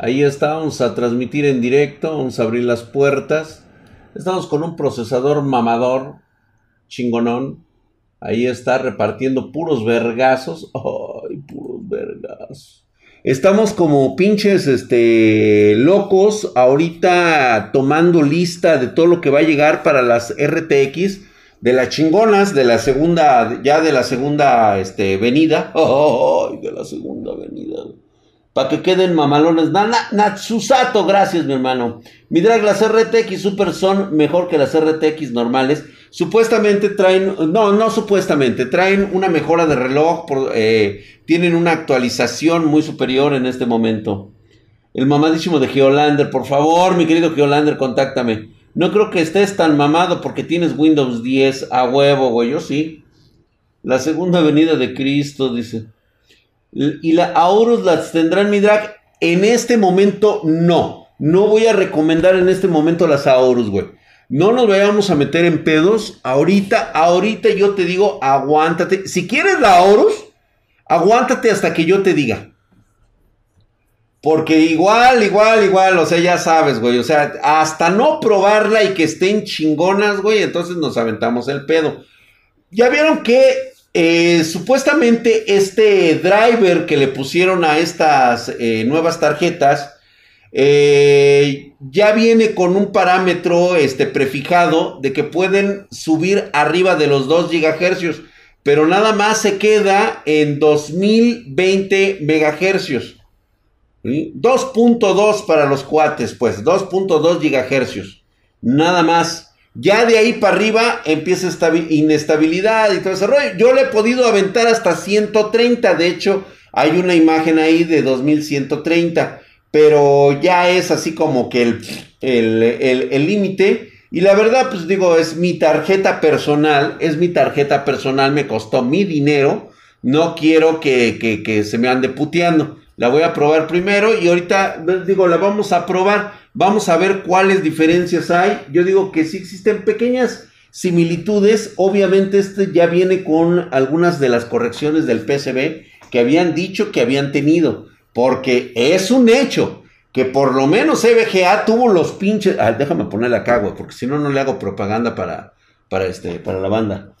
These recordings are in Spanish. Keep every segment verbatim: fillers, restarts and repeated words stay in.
Ahí está, vamos a transmitir en directo, vamos a abrir las puertas. Estamos con un procesador mamador, chingonón. Ahí está repartiendo puros vergazos. Ay, puros vergazos. Estamos como pinches, este, locos, ahorita tomando lista de todo lo que va a llegar para las R T X, de las chingonas, de la segunda, ya de la segunda, este, venida. Ay, de la segunda venida. Para que queden mamalones. Na, na, Natsusato, gracias, mi hermano. Mi drag, las R T X Super son mejor que las R T X normales. Supuestamente traen, no, no supuestamente, traen una mejora de reloj. Por, eh, tienen una actualización muy superior en este momento. El mamadísimo de Geolander, por favor, mi querido Geolander, contáctame. No creo que estés tan mamado porque tienes Windows diez a huevo, güey. Yo sí. La segunda venida de Cristo, dice. Y la Aorus las tendrán, mi drag. En este momento no. No voy a recomendar en este momento las Aorus, güey. No nos vayamos a meter en pedos. Ahorita, ahorita yo te digo, aguántate. Si quieres la Aorus, aguántate hasta que yo te diga. Porque igual, igual, igual, o sea, ya sabes, güey. O sea, hasta no probarla y que estén chingonas, güey, entonces nos aventamos el pedo. Ya vieron que... Eh, supuestamente este driver que le pusieron a estas eh, nuevas tarjetas eh, ya viene con un parámetro este, prefijado de que pueden subir arriba de los dos gigahercios, pero nada más se queda en dos mil veinte megahercios. ¿Sí? dos punto dos para los cuates, pues dos punto dos gigahercios, nada más. Ya de ahí para arriba empieza inestabilidad y todo ese rollo. Yo le he podido aventar hasta ciento treinta. De hecho, hay una imagen ahí de dos mil ciento treinta. Pero ya es así como que el el límite. Y la verdad, pues digo, es mi tarjeta personal. Es mi tarjeta personal. Me costó mi dinero. No quiero que, que, que se me ande puteando. La voy a probar primero. Y ahorita, digo, la vamos a probar. Vamos a ver cuáles diferencias hay. Yo digo que sí existen pequeñas similitudes. Obviamente este ya viene con algunas de las correcciones del P C B que habían dicho que habían tenido. Porque es un hecho que por lo menos E V G A tuvo los pinches... Ah, déjame ponerle acá, güey, porque si no, no le hago propaganda para, para, este, para la banda.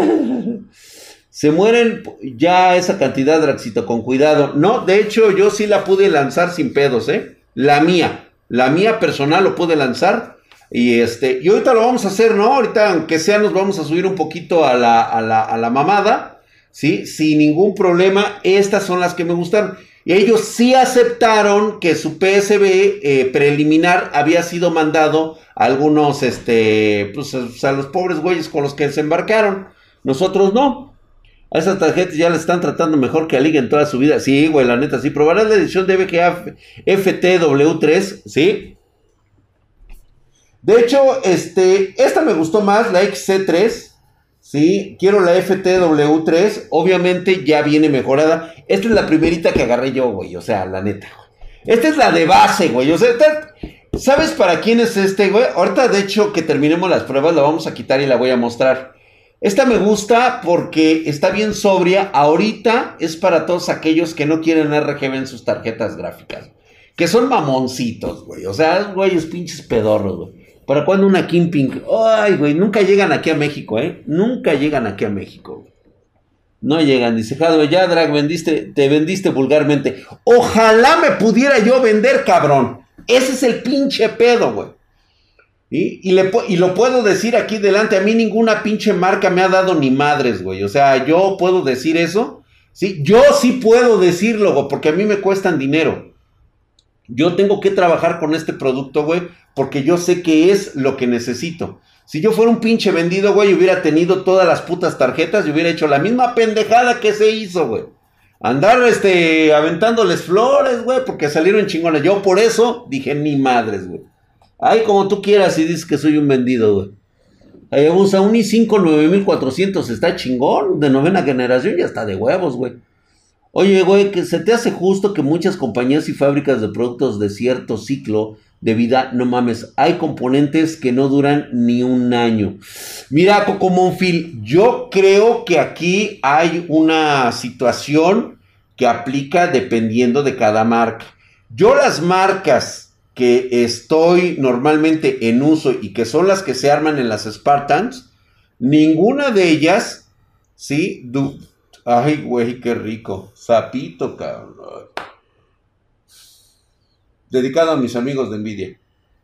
Se mueren ya esa cantidad, Draxito, con cuidado. No, de hecho, yo sí la pude lanzar sin pedos, ¿eh? La mía. La mía personal lo pude lanzar. Y este, y ahorita lo vamos a hacer, ¿no? Ahorita, aunque sea, nos vamos a subir un poquito a la, a la, a la mamada, ¿sí? Sin ningún problema. Estas son las que me gustaron. Y ellos sí aceptaron que su P S B eh, preliminar había sido mandado a algunos, este, pues a, a los pobres güeyes con los que se embarcaron. Nosotros no. A esas tarjetas ya le están tratando mejor que a Liga en toda su vida. Sí, güey, la neta, sí. Probarás la edición de E V G A F T W tres, ¿sí? De hecho, este, esta me gustó más, la X C tres, ¿sí? Quiero la F T W tres. Obviamente ya viene mejorada. Esta es la primerita que agarré yo, güey. O sea, la neta. Esta es la de base, güey. O sea, esta, ¿sabes para quién es este, güey? Ahorita, de hecho, que terminemos las pruebas, la vamos a quitar y la voy a mostrar. Esta me gusta porque está bien sobria. Ahorita es para todos aquellos que no quieren R G B en sus tarjetas gráficas. Que son mamoncitos, güey. O sea, güeyes pinches pedorros, güey. ¿Para cuándo una Kingpin? Ay, güey, nunca llegan aquí a México, ¿eh? Nunca llegan aquí a México, güey. No llegan, dice Jadwe, ya, Drag, vendiste, te vendiste vulgarmente. Ojalá me pudiera yo vender, cabrón. Ese es el pinche pedo, güey. ¿Y? Y, le, y lo puedo decir aquí delante, a mí ninguna pinche marca me ha dado ni madres, güey. O sea, yo puedo decir eso, ¿sí? Yo sí puedo decirlo, güey, porque a mí me cuestan dinero. Yo tengo que trabajar con este producto, güey, porque yo sé que es lo que necesito. Si yo fuera un pinche vendido, güey, hubiera tenido todas las putas tarjetas y hubiera hecho la misma pendejada que se hizo, güey. Andar, este, aventándoles flores, güey, porque salieron chingonas. Yo por eso dije, ni madres, güey. Ay, como tú quieras y dices que soy un vendido, güey. Ahí usa un i cinco nueve mil cuatrocientos, está chingón, de novena generación, ya está de huevos, güey. Oye, güey, que se te hace justo que muchas compañías y fábricas de productos de cierto ciclo de vida, no mames, hay componentes que no duran ni un año. Mira, Coco Monfil, yo creo que aquí hay una situación que aplica dependiendo de cada marca. Yo las marcas que estoy normalmente en uso y que son las que se arman en las Spartans, ninguna de ellas, ¿sí? Du Ay, güey, qué rico. Sapito, cabrón. Dedicado a mis amigos de Nvidia.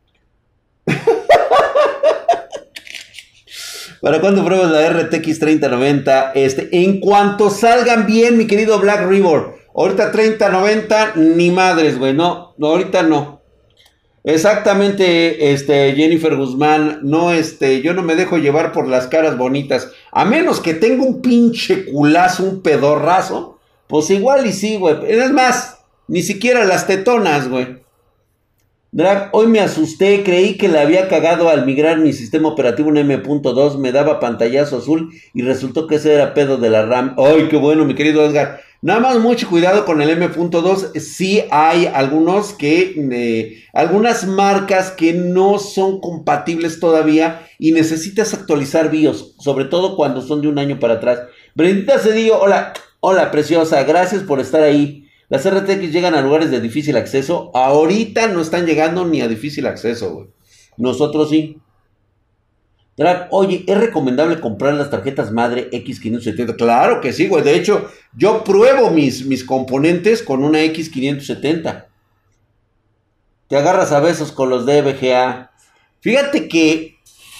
¿Para cuándo pruebas la R T X treinta noventa? Este, en cuanto salgan bien, mi querido Black River. Ahorita treinta noventa, ni madres, güey. No, no, ahorita no. Exactamente, este, Jennifer Guzmán. No, este, yo no me dejo llevar por las caras bonitas. A menos que tenga un pinche culazo, un pedorrazo. Pues igual y sí, güey. Es más, ni siquiera las tetonas, güey. Drag, hoy me asusté, creí que le había cagado al migrar mi sistema operativo en M punto dos, me daba pantallazo azul y resultó que ese era pedo de la RAM. ¡Ay, qué bueno, mi querido Edgar! Nada más mucho cuidado con el M punto dos, sí hay algunos que, eh, algunas marcas que no son compatibles todavía y necesitas actualizar BIOS, sobre todo cuando son de un año para atrás. Brendita Cedillo, hola, hola preciosa, gracias por estar ahí. Las R T X llegan a lugares de difícil acceso. Ahorita no están llegando ni a difícil acceso, güey. Nosotros sí. Drag, oye, ¿es recomendable comprar las tarjetas madre X quinientos setenta? Claro que sí, güey. De hecho, yo pruebo mis, mis componentes con una X quinientos setenta. Te agarras a besos con los de V G A. Fíjate que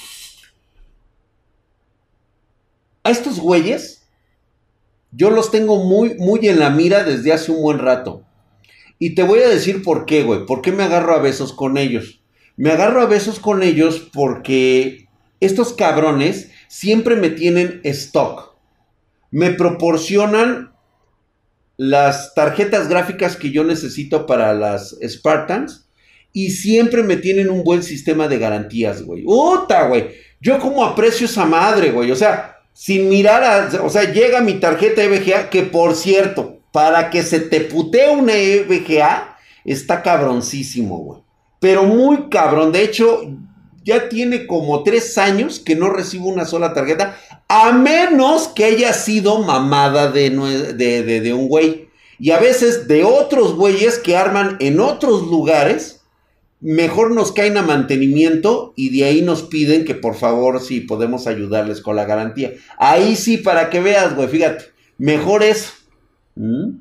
a estos güeyes yo los tengo muy, muy en la mira desde hace un buen rato. Y te voy a decir por qué, güey. ¿Por qué me agarro a besos con ellos? Me agarro a besos con ellos porque estos cabrones siempre me tienen stock. Me proporcionan las tarjetas gráficas que yo necesito para las Spartans. Y siempre me tienen un buen sistema de garantías, güey. ¡Uta, güey! Yo como aprecio esa madre, güey. O sea, sin mirar a... O sea, llega mi tarjeta E V G A, que por cierto, para que se te putee una E V G A, está cabroncísimo, güey. Pero muy cabrón. De hecho, ya tiene como tres años que no recibo una sola tarjeta, a menos que haya sido mamada de, de, de, de un güey. Y a veces de otros güeyes que arman en otros lugares. Mejor nos caen a mantenimiento y de ahí nos piden que por favor sí podemos ayudarles con la garantía. Ahí sí, para que veas, güey, fíjate, mejor eso. ¿Mm?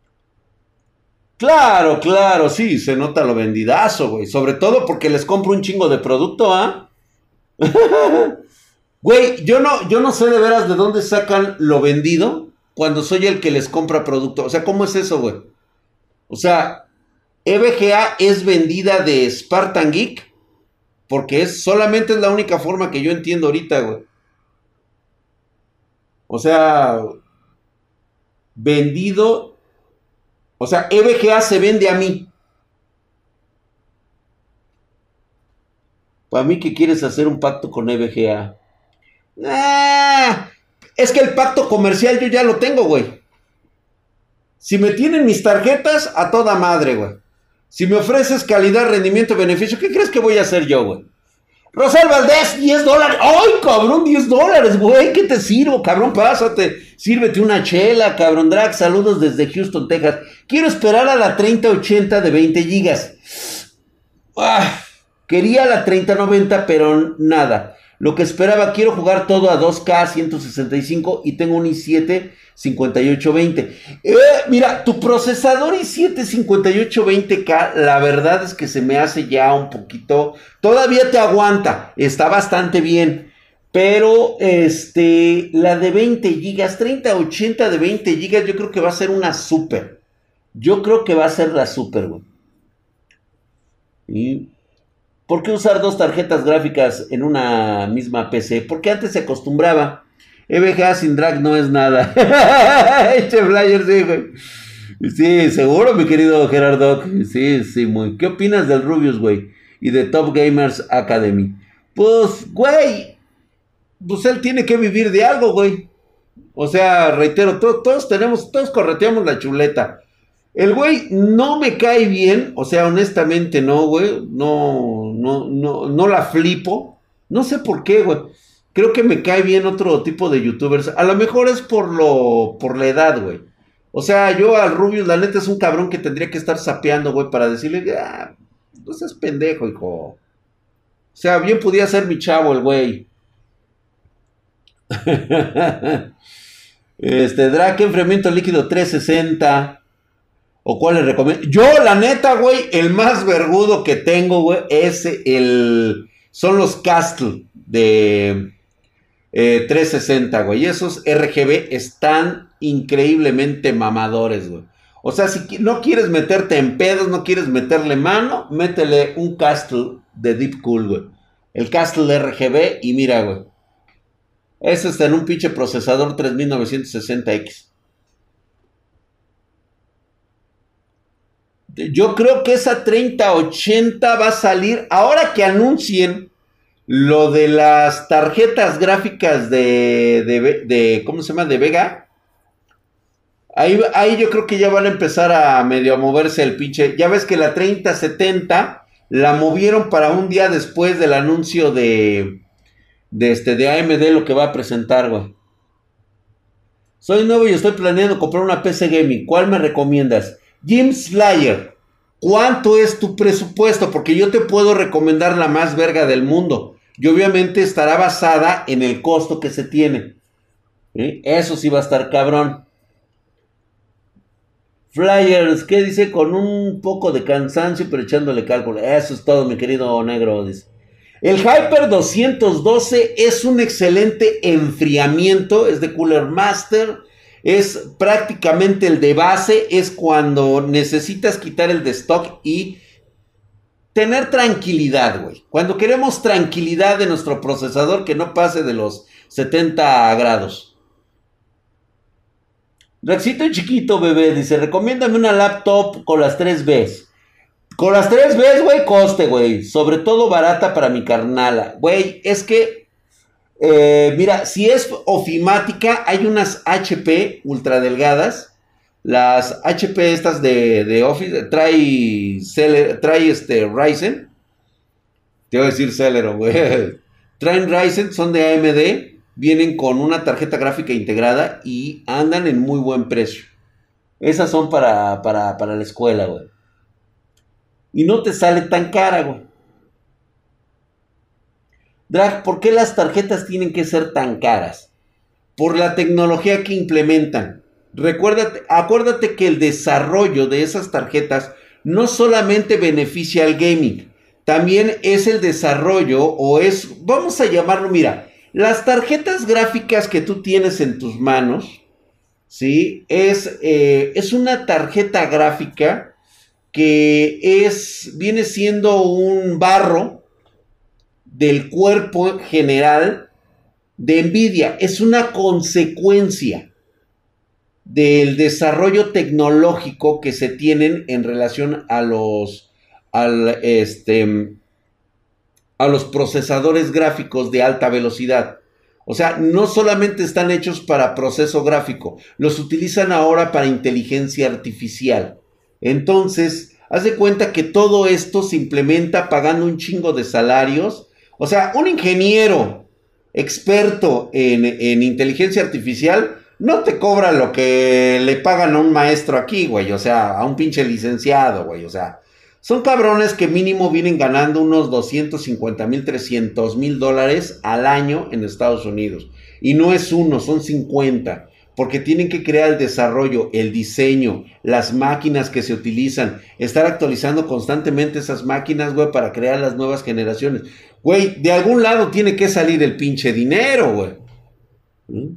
Claro, claro, sí, se nota lo vendidazo, güey. Sobre todo porque les compro un chingo de producto, ¿ah? ¿eh? Güey, yo no, yo no sé de veras de dónde sacan lo vendido cuando soy el que les compra producto. O sea, ¿cómo es eso, güey? O sea... E V G A es vendida de Spartan Geek porque es solamente es la única forma que yo entiendo ahorita, güey. O sea, vendido, o sea, E V G A se vende a mí. Para mí que quieres hacer un pacto con E V G A. Ah, es que el pacto comercial yo ya lo tengo, güey. Si me tienen mis tarjetas, a toda madre, güey. Si me ofreces calidad, rendimiento, beneficio, ¿qué crees que voy a hacer yo, güey? Rosal Valdés, diez dólares. ¡Ay, cabrón, diez dólares, güey! ¿Qué te sirvo, cabrón? Pásate. Sírvete una chela, cabrón. Drag, saludos desde Houston, Texas. Quiero esperar a la treinta ochenta de veinte gigas. Ah, quería la treinta noventa, pero nada. Lo que esperaba, quiero jugar todo a dos K ciento sesenta y cinco y tengo un i siete cincuenta y ocho veinte. Eh, mira, tu procesador i siete cincuenta y ocho veinte K, la verdad es que se me hace ya un poquito... Todavía te aguanta, está bastante bien. Pero, este, la de veinte gigas, treinta ochenta de veinte gigas, yo creo que va a ser una super. Yo creo que va a ser la super, güey. Y... ¿por qué usar dos tarjetas gráficas en una misma P C? Porque antes se acostumbraba. E V G A sin drag no es nada. Eche flyer, sí, güey. Sí, seguro, mi querido Gerardo. Sí, sí, muy. ¿Qué opinas del Rubius, güey? Y de Top Gamers Academy. Pues, güey. Pues él tiene que vivir de algo, güey. O sea, reitero, to todos tenemos, todos correteamos la chuleta. El güey no me cae bien, o sea, honestamente no, güey, no, no, no, no la flipo, no sé por qué, güey, creo que me cae bien otro tipo de youtubers, a lo mejor es por lo, por la edad, güey, O sea, yo al Rubius, la neta es un cabrón que tendría que estar sapeando, güey, para decirle, ah, no seas pendejo, hijo. O sea, bien podía ser mi chavo el güey. Este, Drake, enfriamiento líquido trescientos sesenta. ¿O cuál le recomiendo? Yo, la neta, güey, el más vergudo que tengo, güey, es el... Son los Castle de eh, trescientos sesenta, güey. Y esos R G B están increíblemente mamadores, güey. O sea, si no quieres meterte en pedos, no quieres meterle mano, métele un Castle de Deep Cool, güey. El Castle R G B y mira, güey. Ese está en un pinche procesador tres mil novecientos sesenta X. Yo creo que esa treinta ochenta va a salir ahora que anuncien lo de las tarjetas gráficas de, de, de ¿cómo se llama? De Vega. Ahí, ahí yo creo que ya van a empezar a medio a moverse el pinche. Ya ves que la treinta setenta la movieron para un día después del anuncio de, de, este, de A M D lo que va a presentar, güey. Soy nuevo y estoy planeando comprar una P C Gaming. ¿Cuál me recomiendas? Jim Slayer. ¿Cuánto es tu presupuesto? Porque yo te puedo recomendar la más verga del mundo. Y obviamente estará basada en el costo que se tiene. ¿Sí? Eso sí va a estar cabrón. Flyers, ¿qué dice? Con un poco de cansancio, pero echándole cálculo. Eso es todo, mi querido negro. Dice. El Hyper doscientos doce es un excelente enfriamiento. Es de Cooler Master. Es prácticamente el de base. Es cuando necesitas quitar el de stock y tener tranquilidad, güey. Cuando queremos tranquilidad de nuestro procesador que no pase de los setenta grados. Rexito chiquito, bebé, dice, recomiéndame una laptop con las tres Bs. Con las tres Bs, güey, coste, güey. Sobre todo barata para mi carnala. Güey, es que, eh, mira, si es ofimática, hay unas H P ultra delgadas. Las H P estas de, de Office, trae, Celeron, trae este Ryzen. Te voy a decir Celeron, güey. Traen Ryzen, son de A M D. Vienen con una tarjeta gráfica integrada y andan en muy buen precio. Esas son para, para, para la escuela, güey. Y no te sale tan cara, güey. Drag, ¿por qué las tarjetas tienen que ser tan caras? Por la tecnología que implementan. Recuérdate, acuérdate que el desarrollo de esas tarjetas no solamente beneficia al gaming, también es el desarrollo o es, vamos a llamarlo, mira, las tarjetas gráficas que tú tienes en tus manos, ¿sí? Es, eh, es una tarjeta gráfica que es, viene siendo un barro del cuerpo general de Nvidia. Es una consecuencia del desarrollo tecnológico que se tienen en relación a los, al, este, a los procesadores gráficos de alta velocidad. O sea, no solamente están hechos para proceso gráfico, los utilizan ahora para inteligencia artificial. Entonces, haz de cuenta que todo esto se implementa pagando un chingo de salarios. O sea, un ingeniero experto en, en inteligencia artificial no te cobra lo que le pagan a un maestro aquí, güey. O sea, a un pinche licenciado, güey. O sea, son cabrones que mínimo vienen ganando unos doscientos cincuenta mil, trescientos mil dólares al año en Estados Unidos. Y no es uno, son cincuenta. Porque tienen que crear el desarrollo, el diseño, las máquinas que se utilizan, estar actualizando constantemente esas máquinas, güey, para crear las nuevas generaciones. Güey, de algún lado tiene que salir el pinche dinero, güey. ¿Mm?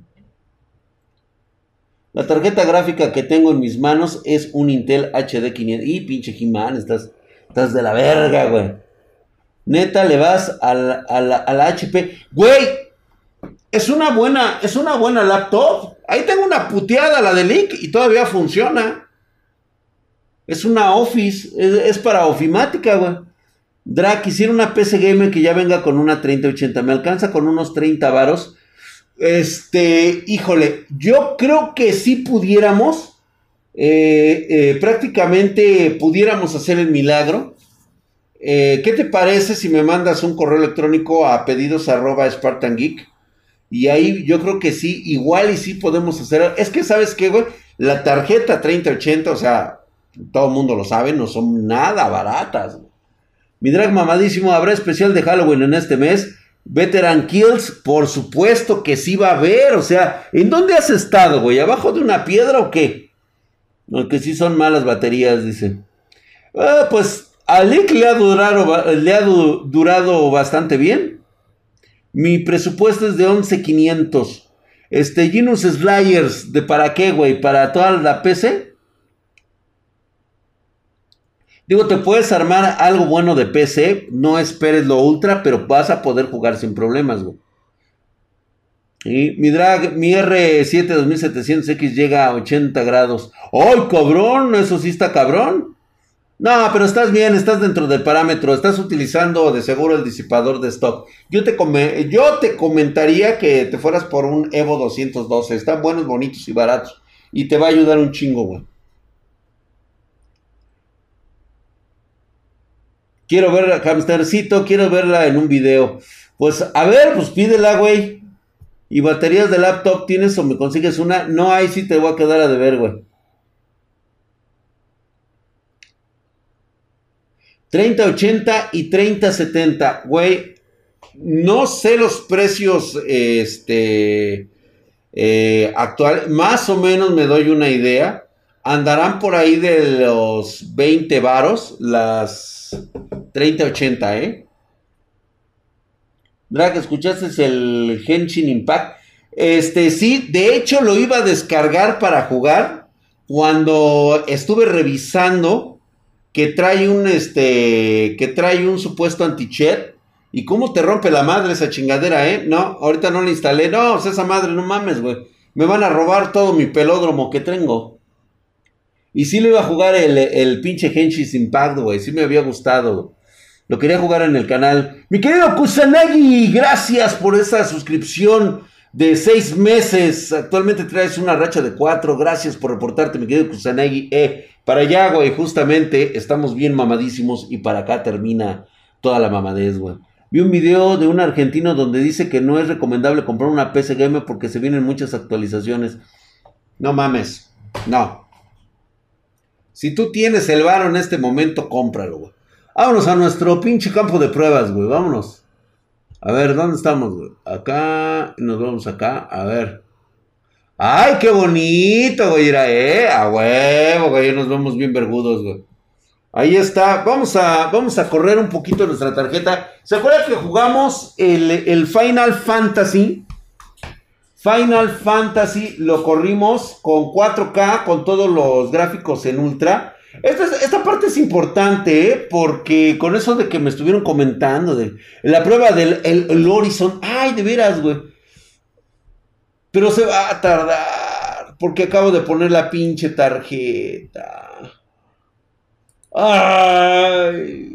La tarjeta gráfica que tengo en mis manos es un Intel H D quinientos. Y pinche He-Man, estás, estás de la verga, güey. Neta, le vas a la, a la, a la H P. Güey, es una buena, es una buena laptop. Ahí tengo una puteada, la de Link, y todavía funciona. Es una Office, es, es para ofimática, güey. Drag, quisiera una P C Gamer que ya venga con una treinta ochenta. Me alcanza con unos treinta varos. Este, híjole, yo creo que si pudiéramos, eh, eh, prácticamente pudiéramos hacer el milagro. Eh, ¿Qué te parece si me mandas un correo electrónico a pedidos arroba Spartan Geek? Y ahí yo creo que sí, igual y sí podemos hacer. Es que, ¿sabes qué, güey? La tarjeta treinta ochenta, o sea, todo el mundo lo sabe, no son nada baratas. Mi drag mamadísimo, ¿habrá especial de Halloween en este mes? Veteran Kills, por supuesto que sí va a haber. O sea, ¿en dónde has estado, güey? ¿Abajo de una piedra o qué? No, que sí son malas baterías, dice. Ah, pues a Lick le ha durado, le ha du durado bastante bien. Mi presupuesto es de once mil quinientos. Este, Genus Slayers, ¿de para qué, güey? ¿Para toda la P C? Digo, te puedes armar algo bueno de P C. No esperes lo ultra, pero vas a poder jugar sin problemas, güey. Y mi drag, mi R siete dos mil setecientos X llega a ochenta grados. ¡Ay, cabrón! Eso sí está cabrón. No, pero estás bien, estás dentro del parámetro. Estás utilizando de seguro el disipador de stock. Yo te, come, yo te comentaría que te fueras por un Evo doscientos doce. Están buenos, bonitos y baratos. Y te va a ayudar un chingo, güey. Quiero ver a Hamstercito, quiero verla en un video. Pues, a ver, pues pídela, güey. ¿Y baterías de laptop tienes o me consigues una? No, ahí sí te voy a quedar a deber, güey. treinta ochenta y treinta setenta, güey. No sé los precios, este, eh, actuales. Más o menos me doy una idea. Andarán por ahí de los veinte varos, las treinta ochenta, ¿eh? Drag, ¿escuchaste el Genshin Impact? Este, sí, de hecho lo iba a descargar para jugar cuando estuve revisando que trae un, este, que trae un supuesto anti-cheat. ¿Y cómo te rompe la madre esa chingadera, eh? No, ahorita no la instalé. No, pues esa madre, no mames, güey. Me van a robar todo mi pelódromo que tengo. Y sí lo iba a jugar el, el pinche Genshin Impact, güey. Sí me había gustado. Lo quería jugar en el canal. Mi querido Kusanagi, gracias por esa suscripción de seis meses. Actualmente traes una racha de cuatro. Gracias por reportarte, mi querido Kusanagi. Eh, para allá, güey, justamente estamos bien mamadísimos y para acá termina toda la mamadez, güey. Vi un video de un argentino donde dice que no es recomendable comprar una P C Gamer porque se vienen muchas actualizaciones. No mames, no. Si tú tienes el varo en este momento, cómpralo, güey. Vámonos a nuestro pinche campo de pruebas, güey. Vámonos. A ver, ¿dónde estamos, güey? Acá, nos vamos acá. A ver. ¡Ay, qué bonito, güey! Mira, eh. A huevo, güey. Nos vemos bien vergudos, güey. Ahí está. Vamos a, vamos a correr un poquito nuestra tarjeta. ¿Se acuerdan que jugamos el, el Final Fantasy? Final Fantasy lo corrimos con cuatro K, con todos los gráficos en ultra. Esta, esta parte es importante, ¿eh? Porque con eso de que me estuvieron comentando de la prueba del el, el Horizon. Ay, de veras, güey. Pero se va a tardar porque acabo de poner la pinche tarjeta. Ay.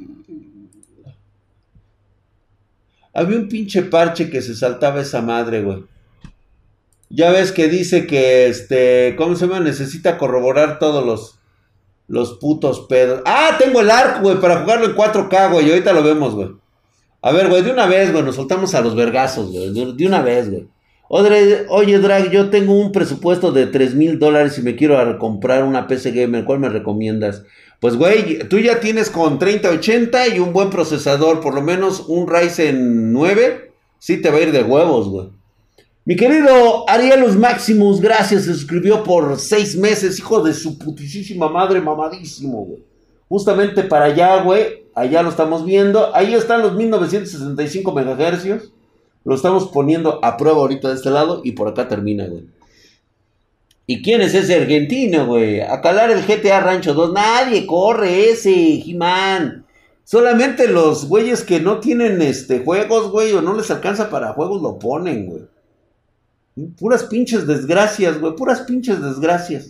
Había un pinche parche que se saltaba esa madre, güey. Ya ves que dice que, este, ¿cómo se llama? Necesita corroborar todos los, los putos pedos. Ah, tengo el arco, güey, para jugarlo en cuatro K, güey. Ahorita lo vemos, güey. A ver, güey, de una vez, güey, nos soltamos a los vergazos, güey. De, de una vez, güey. Oye, oye, Drag, yo tengo un presupuesto de tres mil dólares y me quiero comprar una P C Gamer. ¿Cuál me recomiendas? Pues, güey, tú ya tienes con treinta ochenta y un buen procesador, por lo menos un Ryzen nueve. Sí te va a ir de huevos, güey. Mi querido Arielus Maximus, gracias, se suscribió por seis meses, hijo de su putísima madre, mamadísimo, güey. Justamente para allá, güey, allá lo estamos viendo. Ahí están los mil novecientos sesenta y cinco megahercios. Lo estamos poniendo a prueba ahorita de este lado y por acá termina, güey. ¿Y quién es ese argentino, güey? A calar el G T A Rancho dos. Nadie corre ese, He-Man. Solamente los güeyes que no tienen este juegos, güey, o no les alcanza para juegos, lo ponen, güey. Puras pinches desgracias, güey. Puras pinches desgracias.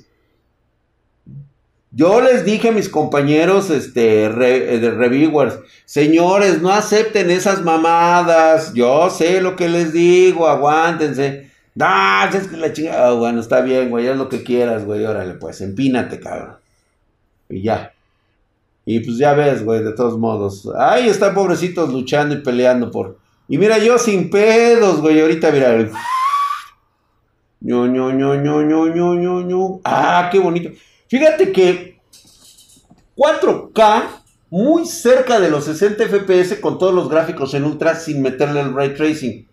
Yo les dije a mis compañeros, este, re, de reviewers, señores, no acepten esas mamadas. Yo sé lo que les digo, aguántense. No, es que la chingada. Oh, bueno, está bien, güey, haz lo que quieras, güey. Órale, pues, empínate, cabrón. Y ya. Y pues ya ves, güey, de todos modos. Ahí están pobrecitos luchando y peleando por... Y mira, yo sin pedos, güey, ahorita, mira... ño, ño, ño, ño, ño, ño, ño, ño. Ah, qué bonito. Fíjate que cuatro K muy cerca de los sesenta F P S con todos los gráficos en ultra sin meterle el ray tracing.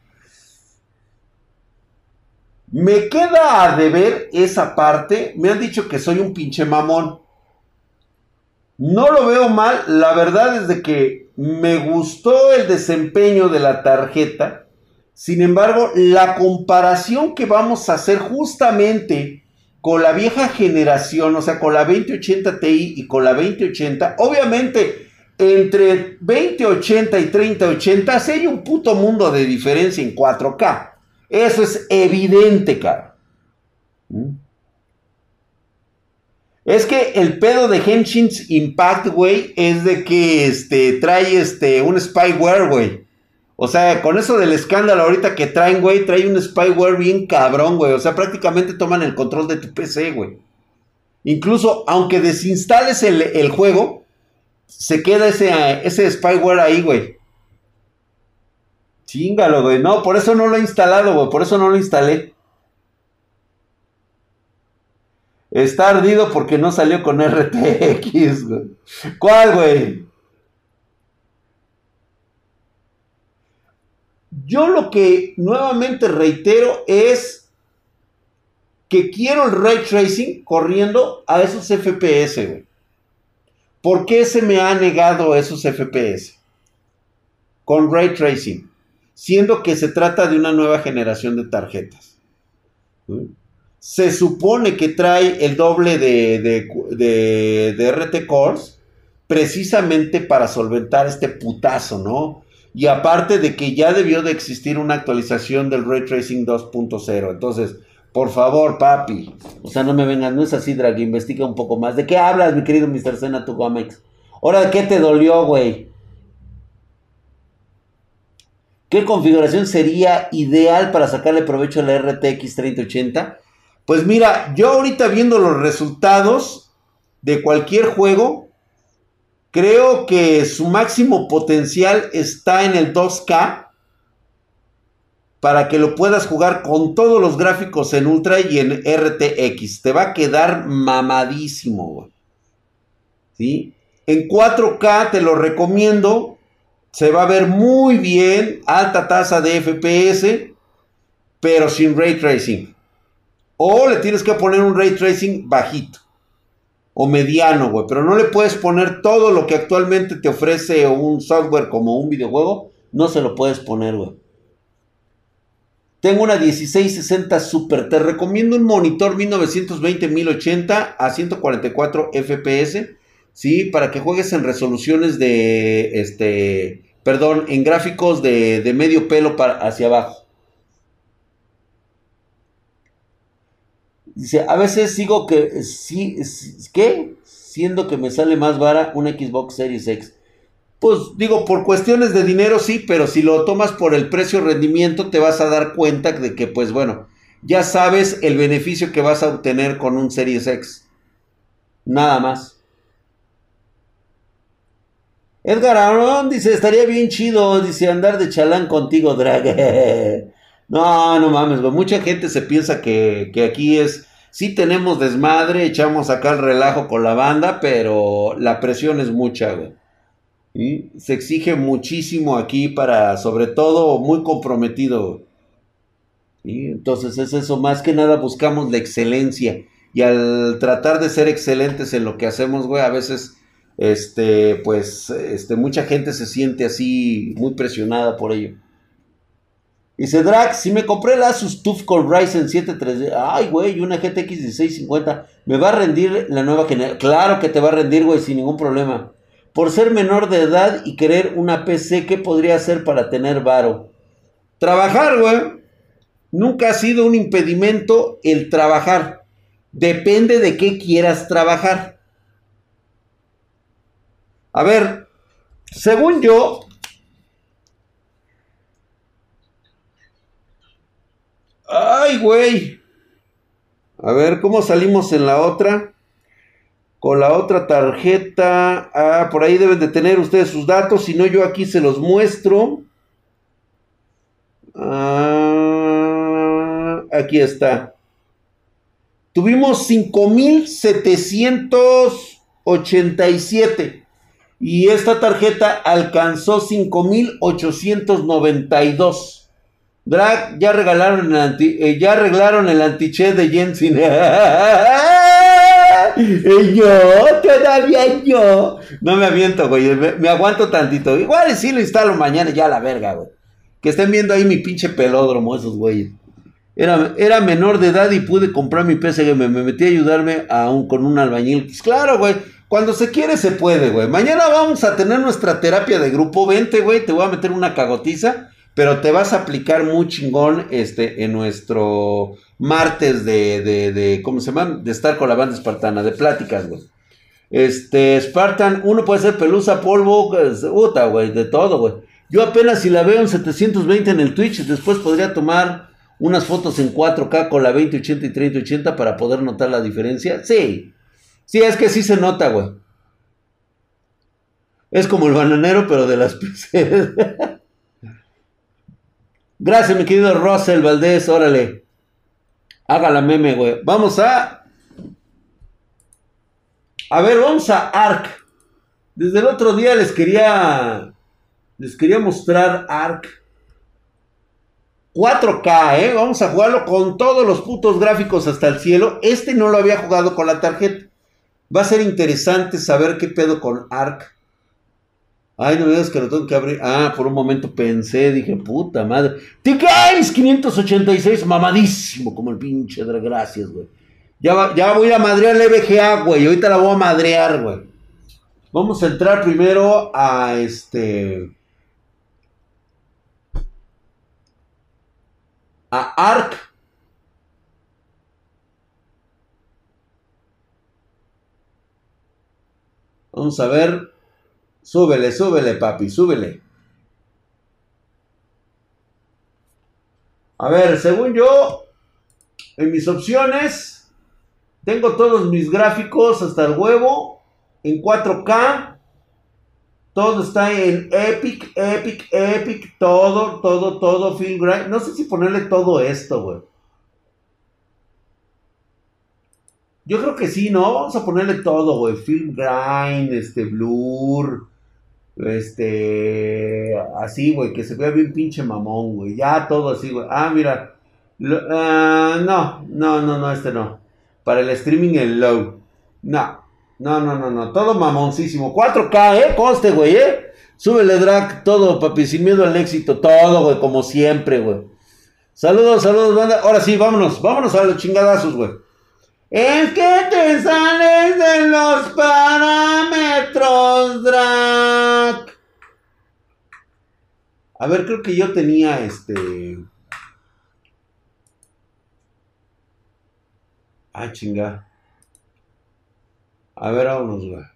Me queda a deber esa parte. Me han dicho que soy un pinche mamón. No lo veo mal. La verdad es de que me gustó el desempeño de la tarjeta. Sin embargo, la comparación que vamos a hacer justamente con la vieja generación, o sea, con la veinte ochenta Ti y con la veinte ochenta, obviamente entre veinte ochenta y treinta ochenta sí hay un puto mundo de diferencia en cuatro K. Eso es evidente, cara. ¿Mm? Es que el pedo de Genshin's Impact, güey, es de que este, trae este, un spyware, güey. O sea, con eso del escándalo ahorita que traen, güey, trae un spyware bien cabrón, güey. O sea, prácticamente toman el control de tu P C, güey. Incluso, aunque desinstales el, el juego, se queda ese, ese spyware ahí, güey. Chíngalo, güey. No, por eso no lo he instalado, güey. Por eso no lo instalé. Está ardido porque no salió con R T X, güey. ¿Cuál, güey? Yo lo que nuevamente reitero es que quiero el ray tracing corriendo a esos F P S, güey. ¿Por qué se me ha negado esos F P S? Con ray tracing. Siendo que se trata de una nueva generación de tarjetas. ¿Sí? Se supone que trae el doble de, de, de, de R T cores precisamente para solventar este putazo, ¿no? Y aparte de que ya debió de existir una actualización del Ray Tracing dos punto cero. Entonces, por favor, papi. O sea, no me vengas, no es así, Drag, investiga un poco más. ¿De qué hablas, mi querido mister Sena, tu Gómez? Ahora, ¿qué te dolió, güey? ¿Qué configuración sería ideal para sacarle provecho a la R T X treinta ochenta? Pues mira, yo ahorita viendo los resultados de cualquier juego, creo que su máximo potencial está en el dos K para que lo puedas jugar con todos los gráficos en Ultra y en R T X. Te va a quedar mamadísimo, güey. ¿Sí? En cuatro K te lo recomiendo. Se va a ver muy bien, alta tasa de F P S, pero sin Ray Tracing. O le tienes que poner un Ray Tracing bajito o mediano, güey. Pero no le puedes poner todo lo que actualmente te ofrece un software como un videojuego. No se lo puedes poner, güey. Tengo una dieciséis sesenta Super. Te recomiendo un monitor mil novecientos veinte mil ochenta a ciento cuarenta y cuatro F P S. Sí, para que juegues en resoluciones de, este, perdón, en gráficos de, de medio pelo para, hacia abajo. Dice, a veces sigo que, sí, ¿qué? Siendo que me sale más vara una Xbox Series X. Pues digo, por cuestiones de dinero sí, pero si lo tomas por el precio-rendimiento te vas a dar cuenta de que, pues bueno, ya sabes el beneficio que vas a obtener con un Series X. Nada más. Edgar Aaron dice, estaría bien chido, dice, andar de chalán contigo, Drag. No, no mames, güey. Mucha gente se piensa que, que aquí es, sí tenemos desmadre, echamos acá el relajo con la banda, pero la presión es mucha, güey. ¿Sí? Se exige muchísimo aquí para, sobre todo, muy comprometido. ¿Sí? Entonces es eso, más que nada buscamos la excelencia. Y al tratar de ser excelentes en lo que hacemos, güey, a veces... Este, pues, este, mucha gente se siente así, muy presionada por ello. Dice Drag, si me compré el Asus TUF con Ryzen siete tres D, ay, güey, una G T X dieciséis cincuenta, ¿me va a rendir la nueva generación? Claro que te va a rendir, güey, sin ningún problema. Por ser menor de edad y querer una P C, ¿qué podría hacer para tener varo? Trabajar, güey. Nunca ha sido un impedimento el trabajar. Depende de qué quieras trabajar. A ver, según yo, ay, güey, a ver, ¿cómo salimos en la otra? Con la otra tarjeta, ah, por ahí deben de tener ustedes sus datos, si no yo aquí se los muestro. Ah, aquí está. tuvimos cinco mil setecientos ochenta y siete y esta tarjeta alcanzó cinco mil ochocientos noventa y dos. Drag, ya regalaron el anti, eh, ya arreglaron el antiché de Jensen. Yo, todavía yo. No me aviento, güey. Me, me aguanto tantito. Igual sí lo instalo mañana ya a la verga, güey. Que estén viendo ahí mi pinche pelódromo, esos güeyes. Era, era menor de edad y pude comprar mi P C G. Me, me metí a ayudarme a un, con un albañil. Pues claro, güey. Cuando se quiere, se puede, güey. Mañana vamos a tener nuestra terapia de grupo. Vente, güey. Te voy a meter una cagotiza. Pero te vas a aplicar muy chingón este, en nuestro martes de, de, de, ¿cómo se llama? De estar con la banda espartana, de pláticas, güey. Este, Spartan, uno puede ser pelusa, polvo, puta, güey, de todo, güey. Yo apenas si la veo en setecientos veinte en el Twitch, después podría tomar unas fotos en cuatro K con la veinte ochenta y treinta ochenta para poder notar la diferencia. Sí, sí, es que sí se nota, güey. Es como el bananero, pero de las P Cs. Gracias, mi querido Russell Valdés, órale. Haga la meme, güey. Vamos a... A ver, vamos a Ark. Desde el otro día les quería... Les quería mostrar Ark. cuatro K, ¿eh? Vamos a jugarlo con todos los putos gráficos hasta el cielo. Este no lo había jugado con la tarjeta. Va a ser interesante saber qué pedo con Ark. Ay, no me digas que lo tengo que abrir. Ah, por un momento pensé, dije, puta madre. T-Games quinientos ochenta y seis, mamadísimo, como el pinche Drag. Gracias, güey. Ya, va, ya voy a madrear la E V G A, güey. Ahorita la voy a madrear, güey. Vamos a entrar primero a este... A Ark. Vamos a ver... Súbele, súbele, papi, súbele. A ver, según yo, en mis opciones, tengo todos mis gráficos hasta el huevo, en cuatro K. Todo está en Epic, Epic, Epic, todo, todo, todo, Film Grind. No sé si ponerle todo esto, güey. Yo creo que sí, ¿no? Vamos a ponerle todo, güey. Film Grind, este, Blur... Este, así, güey, que se vea bien pinche mamón, güey. Ya todo así, güey. Ah, mira. Lo, uh, no, no, no, no, este no. Para el streaming el low. No, no, no, no, no. Todo mamoncísimo. cuatro K, eh, conste, güey, eh. Súbele, Drag, todo, papi, sin miedo al éxito. Todo, güey, como siempre, güey. Saludos, saludos, banda. Ahora sí, vámonos, vámonos a los chingadazos, güey. Es que te sales de los parámetros, Drag. A ver, creo que yo tenía este... Ah, chinga. A ver, vámonos, güey.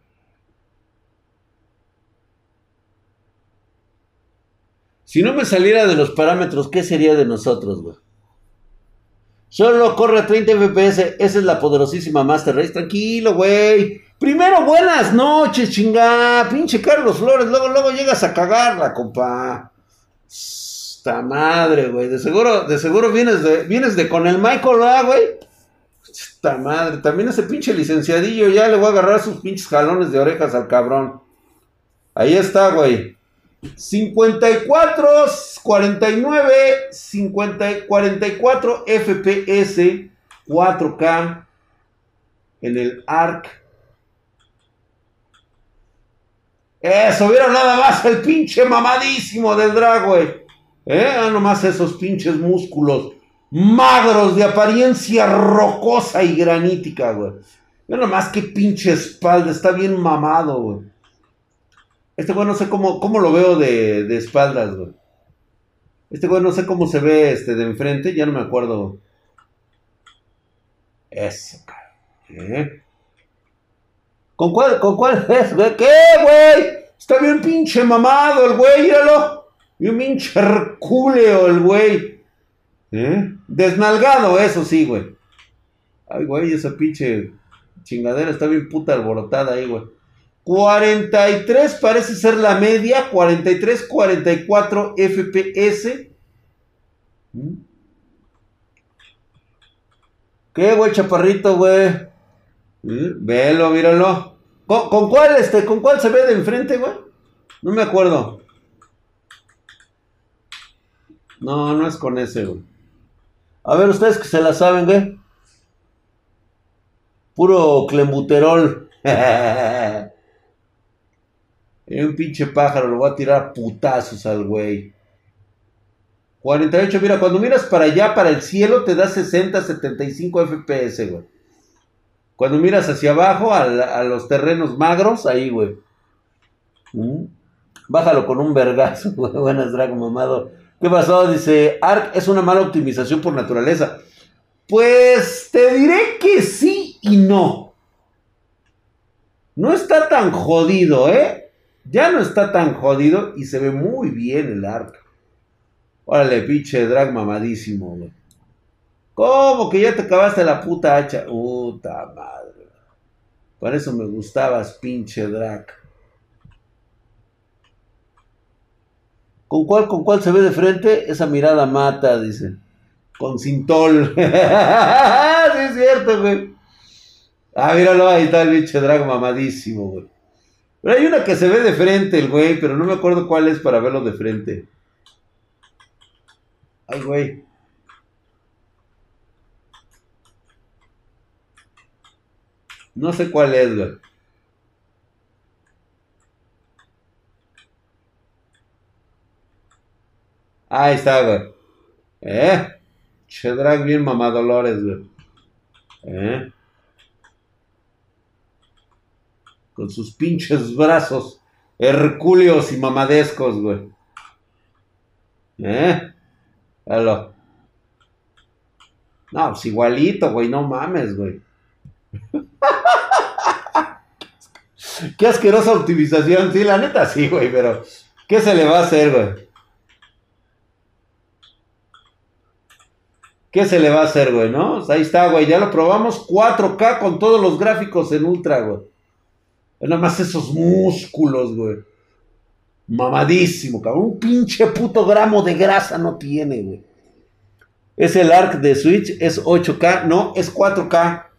Si no me saliera de los parámetros, ¿qué sería de nosotros, güey? Solo corre a treinta F P S. Esa es la poderosísima Master Race. Tranquilo, güey. Primero, buenas noches, chinga. Pinche Carlos Flores. Luego, luego llegas a cagarla, compa. Esta madre, güey. De seguro, de seguro vienes de, vienes de con el Michael, ¿verdad, güey? Esta madre. También ese pinche licenciadillo. Ya le voy a agarrar sus pinches jalones de orejas al cabrón. Ahí está, güey. cincuenta y cuatro, cuarenta y nueve, cincuenta, cuarenta y cuatro F P S, cuatro K en el Ark. Eso, vieron nada más el pinche mamadísimo del Drag, güey. ¿Eh? Ah, nomás esos pinches músculos magros de apariencia rocosa y granítica, güey. Vieron nomás qué pinche espalda, está bien mamado, güey. Este güey no sé cómo, cómo lo veo de, de espaldas, güey. Este güey no sé cómo se ve este de enfrente, ya no me acuerdo. Eso, cabrón. ¿Eh? ¿Con cuál, con cuál es, güey? ¿Qué, güey? Está bien pinche mamado el güey, míralo. Bien pinche hercúleo el güey. ¿Eh? Desnalgado, eso sí, güey. Ay, güey, esa pinche chingadera está bien puta alborotada ahí, güey. cuarenta y tres parece ser la media, cuarenta y tres, cuarenta y cuatro F P S. Ok, ¿Qué, güey, chaparrito, güey? ¿Eh? Velo, míralo. ¿Con, con cuál, este, con cuál se ve de enfrente, güey? No me acuerdo. No, no es con ese, güey. A ver, ustedes que se la saben, güey. Puro clembuterol. Y un pinche pájaro, lo voy a tirar putazos al güey. cuarenta y ocho, mira, cuando miras para allá, para el cielo, te da sesenta, setenta y cinco F P S, güey. Cuando miras hacia abajo, a, la, a los terrenos magros, ahí, güey. ¿Mm? Bájalo con un vergazo, güey. Buenas, Drago mamado. ¿Qué pasó? Dice, Ark es una mala optimización por naturaleza. Pues te diré que sí y no. No está tan jodido, ¿eh? Ya no está tan jodido y se ve muy bien el Ark. Órale, pinche drag mamadísimo, güey. ¿Cómo que ya te acabaste la puta hacha? Puta madre. Por eso me gustabas, pinche drag. ¿Con cuál, con cuál se ve de frente? Esa mirada mata, dice. Con Sintol. Sí es cierto, güey. Ah, míralo, ahí está el pinche drag mamadísimo, güey. Pero hay una que se ve de frente, el güey, pero no me acuerdo cuál es para verlo de frente. Ay, güey. No sé cuál es, güey. Ahí está, güey. ¿Eh? Che drag bien mamadolores, güey. ¿Eh? Con sus pinches brazos hercúleos y mamadescos, güey. ¿Eh? Halo. No, pues igualito, güey, no mames, güey. Qué asquerosa optimización, sí, la neta sí, güey, pero ¿qué se le va a hacer, güey? ¿Qué se le va a hacer, güey, no? Pues ahí está, güey, ya lo probamos, cuatro K con todos los gráficos en ultra, güey. Nada más esos músculos, güey. Mamadísimo, cabrón. Un pinche puto gramo de grasa no tiene, güey. Es el Arc de Switch, es ocho K, no, es cuatro K.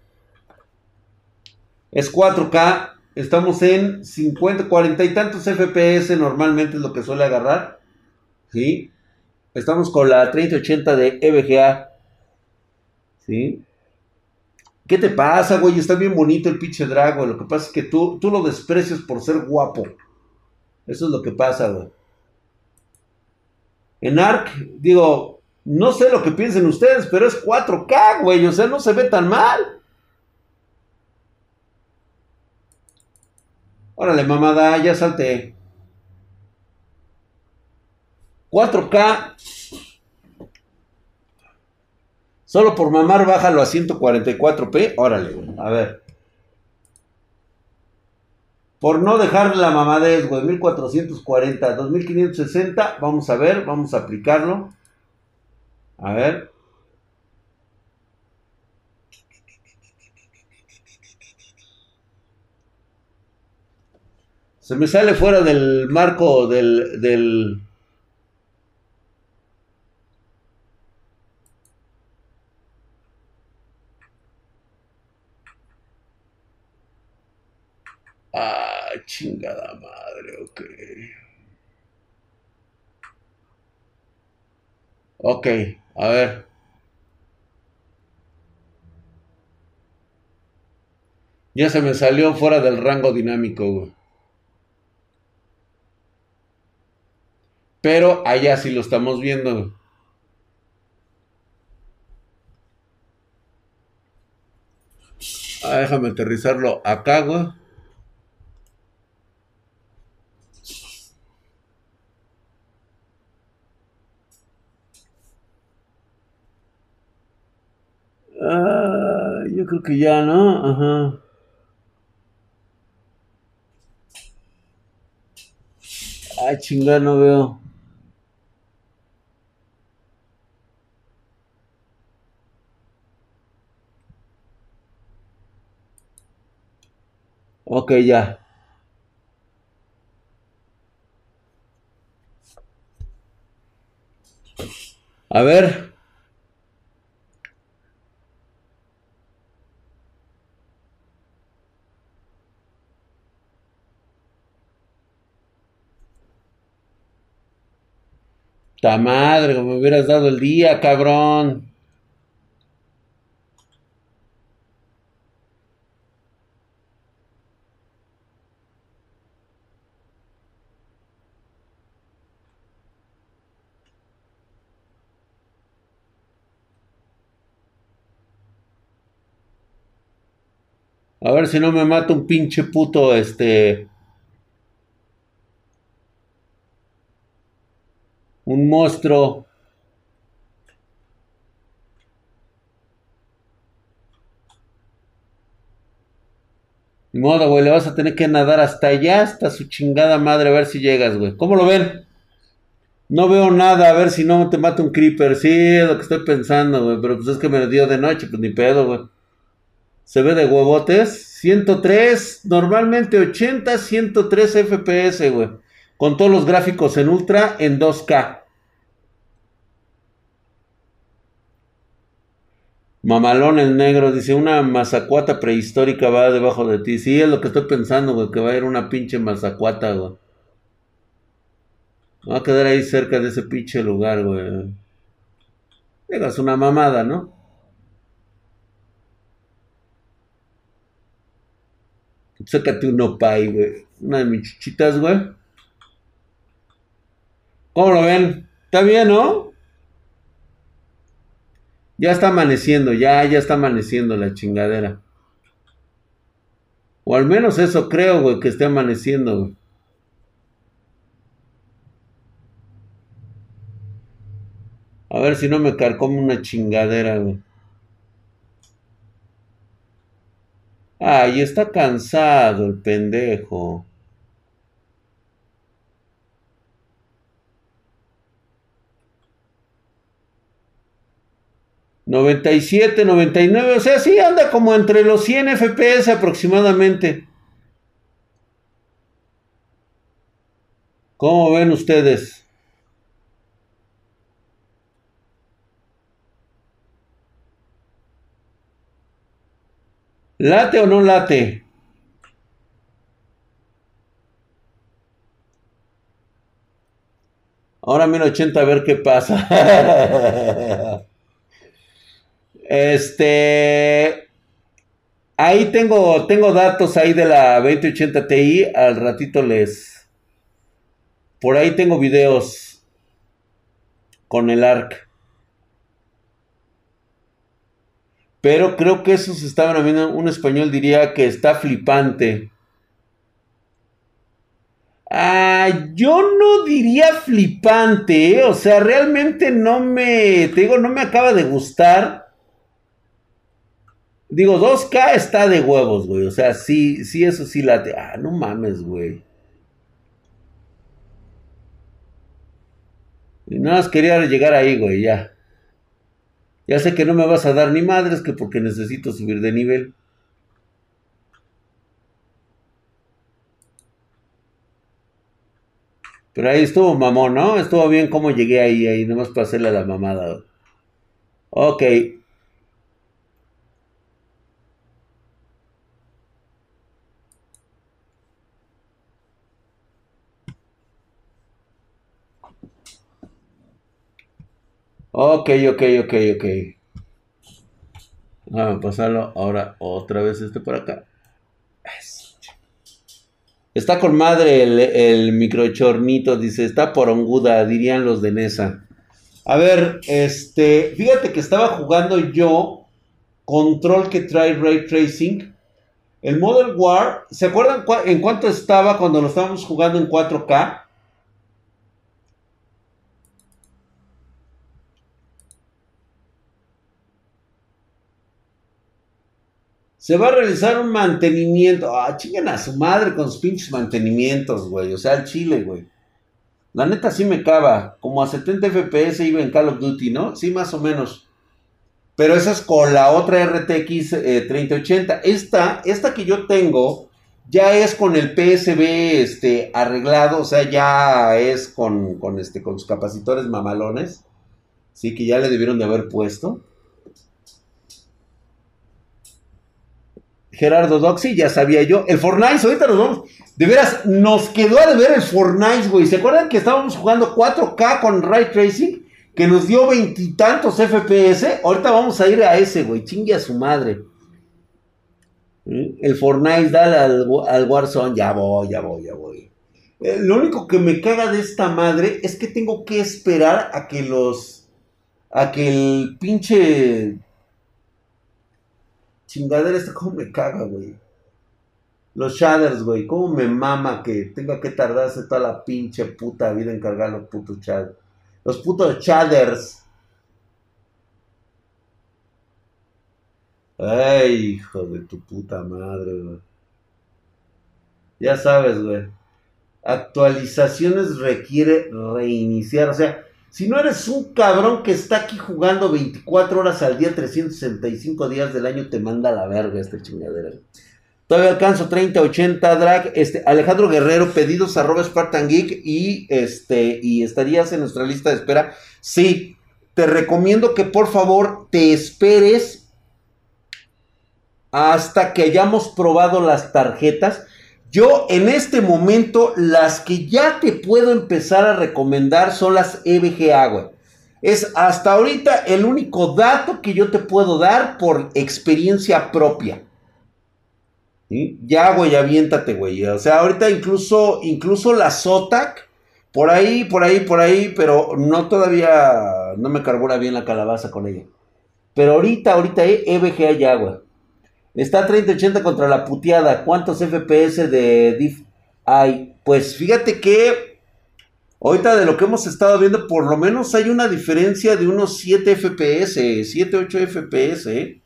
Es cuatro K. Estamos en cincuenta, cuarenta y tantos F P S, normalmente es lo que suele agarrar. ¿Sí? Estamos con la treinta ochenta de E V G A. ¿Sí? ¿Qué te pasa, güey? Está bien bonito el pinche Drago. Lo que pasa es que tú, tú lo desprecias por ser guapo. Eso es lo que pasa, güey. En Ark, digo, no sé lo que piensen ustedes, pero es cuatro K, güey. O sea, no se ve tan mal. Órale, mamada, ya salté. cuatro K. Solo por mamar, bájalo a ciento cuarenta y cuatro p. Órale, güey. A ver. Por no dejar la mamadez, güey. mil cuatrocientos cuarenta, dos mil quinientos sesenta. Vamos a ver, vamos a aplicarlo. A ver. Se me sale fuera del marco del... del... Ah, chingada madre, ok. Ok, a ver. Ya se me salió fuera del rango dinámico, güey. Pero allá sí lo estamos viendo, güey. Ah, déjame aterrizarlo acá, güey. Ah, yo creo que ya, ¿no? Ajá. Ay, chingada, no veo. Ok, ya. A ver. Ta madre, como me hubieras dado el día, cabrón. A ver si no me mata un pinche puto, este, un monstruo. Ni modo, güey, le vas a tener que nadar hasta allá, hasta su chingada madre, a ver si llegas, güey. ¿Cómo lo ven? No veo nada, a ver si no te mata un creeper. Sí, es lo que estoy pensando, güey. Pero pues es que me lo dio de noche, pues ni pedo, güey. Se ve de huevotes. ciento tres, normalmente ochenta, ciento tres F P S, güey. Con todos los gráficos en ultra en dos K. Mamalón el negro, dice, una mazacuata prehistórica va debajo de ti. Sí, es lo que estoy pensando, güey, que va a ir una pinche mazacuata, güey. Va a quedar ahí cerca de ese pinche lugar, güey. Digas una mamada, ¿no? Sácate un opay, güey. Una de mis chichitas, güey. ¿Cómo lo ven? Está bien, ¿no? Ya está amaneciendo, ya, ya está amaneciendo la chingadera. O al menos eso creo, güey, que esté amaneciendo, güey. A ver si no me carcome una chingadera, güey. Ay, está cansado el pendejo. noventa y siete, noventa y nueve, o sea, sí anda como entre los cien F P S aproximadamente. ¿Cómo ven ustedes? ¿Late o no late? Ahora mil ochenta a ver qué pasa. Este, ahí tengo, tengo datos ahí de la veinte ochenta Ti. Al ratito les. Por ahí tengo videos con el A R C. Pero creo que esos estaban viendo. Un español diría que está flipante. Ah, yo no diría flipante, ¿eh? O sea, realmente no me. Te digo, no me acaba de gustar. Digo, dos K está de huevos, güey. O sea, sí, sí, eso sí late. Ah, no mames, güey. Y nada más quería llegar ahí, güey, ya. Ya sé que no me vas a dar ni madres, que porque necesito subir de nivel. Pero ahí estuvo mamón, ¿no? Estuvo bien cómo llegué ahí, ahí, nomás para hacerle la mamada. Ok. Ok, ok, ok, ok. Vamos a pasarlo ahora otra vez este por acá. Está con madre el, el microchornito, dice, está poronguda, dirían los de Nesa. A ver, este, fíjate que estaba jugando yo Control que trae Ray Tracing. El Model War, ¿se acuerdan cua- en cuánto estaba cuando lo estábamos jugando en cuatro K? Se va a realizar un mantenimiento. Ah, chinguen a su madre con sus pinches mantenimientos, güey. O sea, el chile, güey. La neta sí me cava. Como a setenta F P S iba en Call of Duty, ¿no? Sí, más o menos. Pero esa es con la otra R T X eh, treinta ochenta. Esta, esta que yo tengo, ya es con el P S B este, arreglado. O sea, ya es con, con, este, con sus capacitores mamalones. Sí, que ya le debieron de haber puesto. Gerardo Doxy, ya sabía yo. El Fortnite, ahorita nos vamos. De veras, nos quedó a deber el Fortnite, güey. ¿Se acuerdan que estábamos jugando cuatro K con Ray Tracing? Que nos dio veintitantos F P S. Ahorita vamos a ir a ese, güey. Chingue a su madre. El Fortnite, dale al, al Warzone. Ya voy, ya voy, ya voy. Eh, lo único que me caga de esta madre es que tengo que esperar a que los... A que el pinche... Chingadera este, cómo me caga, güey. Los shaders, güey. Cómo me mama que tenga que tardarse toda la pinche puta vida en cargar los putos shaders. Los putos shaders. Ay, hijo de tu puta madre, güey. Ya sabes, güey. Actualizaciones requiere reiniciar. O sea, si no eres un cabrón que está aquí jugando veinticuatro horas al día, trescientos sesenta y cinco días del año, te manda a la verga esta chingadera. Todavía alcanzo treinta ochenta drag. Este, Alejandro Guerrero, pedidos arroba Spartan Geek y este y estarías en nuestra lista de espera. Sí, te recomiendo que por favor te esperes hasta que hayamos probado las tarjetas. Yo en este momento las que ya te puedo empezar a recomendar son las E V G A, güey. Es hasta ahorita el único dato que yo te puedo dar por experiencia propia. ¿Sí? Ya, güey, aviéntate, güey. O sea, ahorita incluso, incluso la Zotac, por ahí, por ahí, por ahí, pero no todavía, no me carbura bien la calabaza con ella. Pero ahorita, ahorita, eh, E V G A ya, güey. Está treinta ochenta contra la puteada. ¿Cuántos F P S de diff hay? Pues fíjate que ahorita de lo que hemos estado viendo, por lo menos hay una diferencia de unos siete F P S, siete, ocho F P S, ¿eh?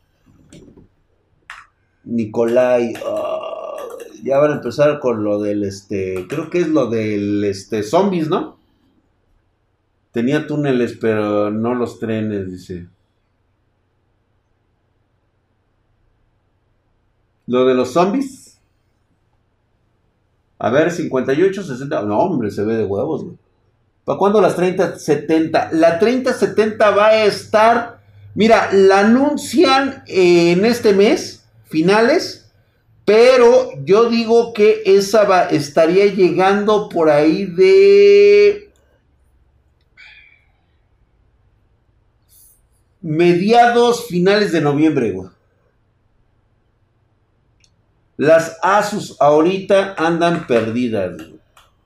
Nikolai, uh, ya van a empezar con lo del, este, creo que es lo del, este, zombies, ¿no? Tenía túneles, pero no los trenes, dice. Lo de los zombies. A ver, cincuenta y ocho, sesenta. No, hombre, se ve de huevos, güey. ¿Para cuándo las treinta setenta? La treinta setenta va a estar. Mira, la anuncian en este mes, finales. Pero yo digo que esa va, estaría llegando por ahí de mediados, finales de noviembre, güey. Las Asus ahorita andan perdidas, güey.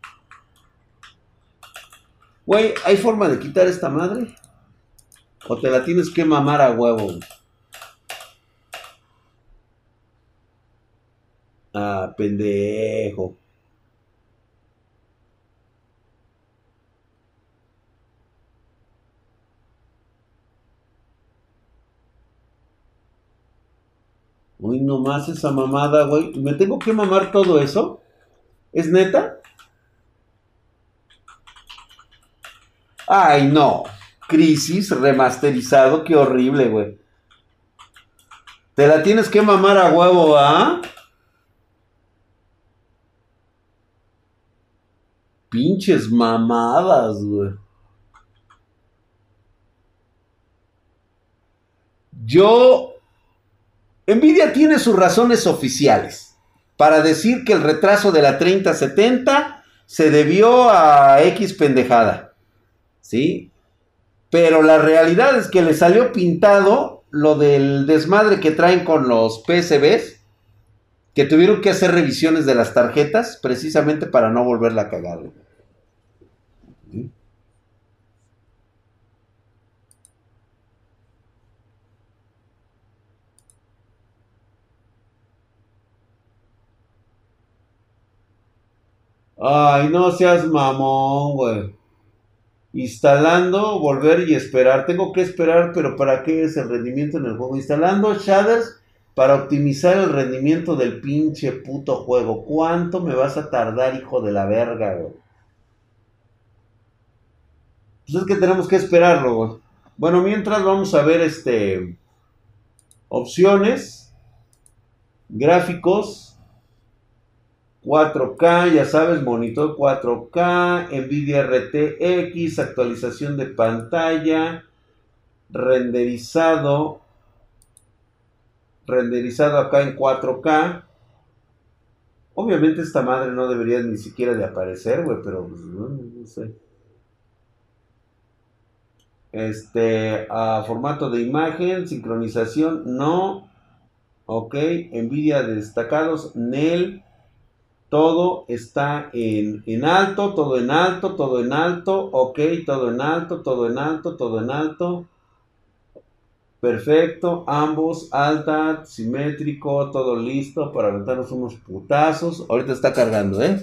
Güey, ¿hay forma de quitar esta madre? ¿O te la tienes que mamar a huevo, güey? Ah, pendejo. Uy, nomás esa mamada, güey. ¿Me tengo que mamar todo eso? ¿Es neta? Ay, no. Crisis remasterizado, qué horrible, güey. Te la tienes que mamar a huevo, ¿ah? Pinches mamadas, güey. Yo... Nvidia tiene sus razones oficiales para decir que el retraso de la treinta setenta se debió a X pendejada, ¿sí? Pero la realidad es que le salió pintado lo del desmadre que traen con los P C Bs, que tuvieron que hacer revisiones de las tarjetas precisamente para no volverla a cagar, ¿sí? Ay, no seas mamón, güey. Instalando, volver y esperar. Tengo que esperar, pero ¿para qué es el rendimiento en el juego? Instalando shaders para optimizar el rendimiento del pinche puto juego. ¿Cuánto me vas a tardar, hijo de la verga, güey? Pues es que tenemos que esperarlo, güey. Bueno, mientras vamos a ver este... opciones. Gráficos. cuatro K, ya sabes, monitor cuatro K, Nvidia R T X, actualización de pantalla, renderizado, renderizado acá en cuatro K. Obviamente esta madre no debería ni siquiera de aparecer, güey, pero pues, no, no sé. Este, a formato de imagen, sincronización, no. Ok, Nvidia destacados, Nel. Todo está en, en alto, todo en alto, todo en alto. Ok, todo en alto, todo en alto, todo en alto. Perfecto, ambos, alta, simétrico, todo listo para aventarnos unos putazos. Ahorita está cargando, ¿eh?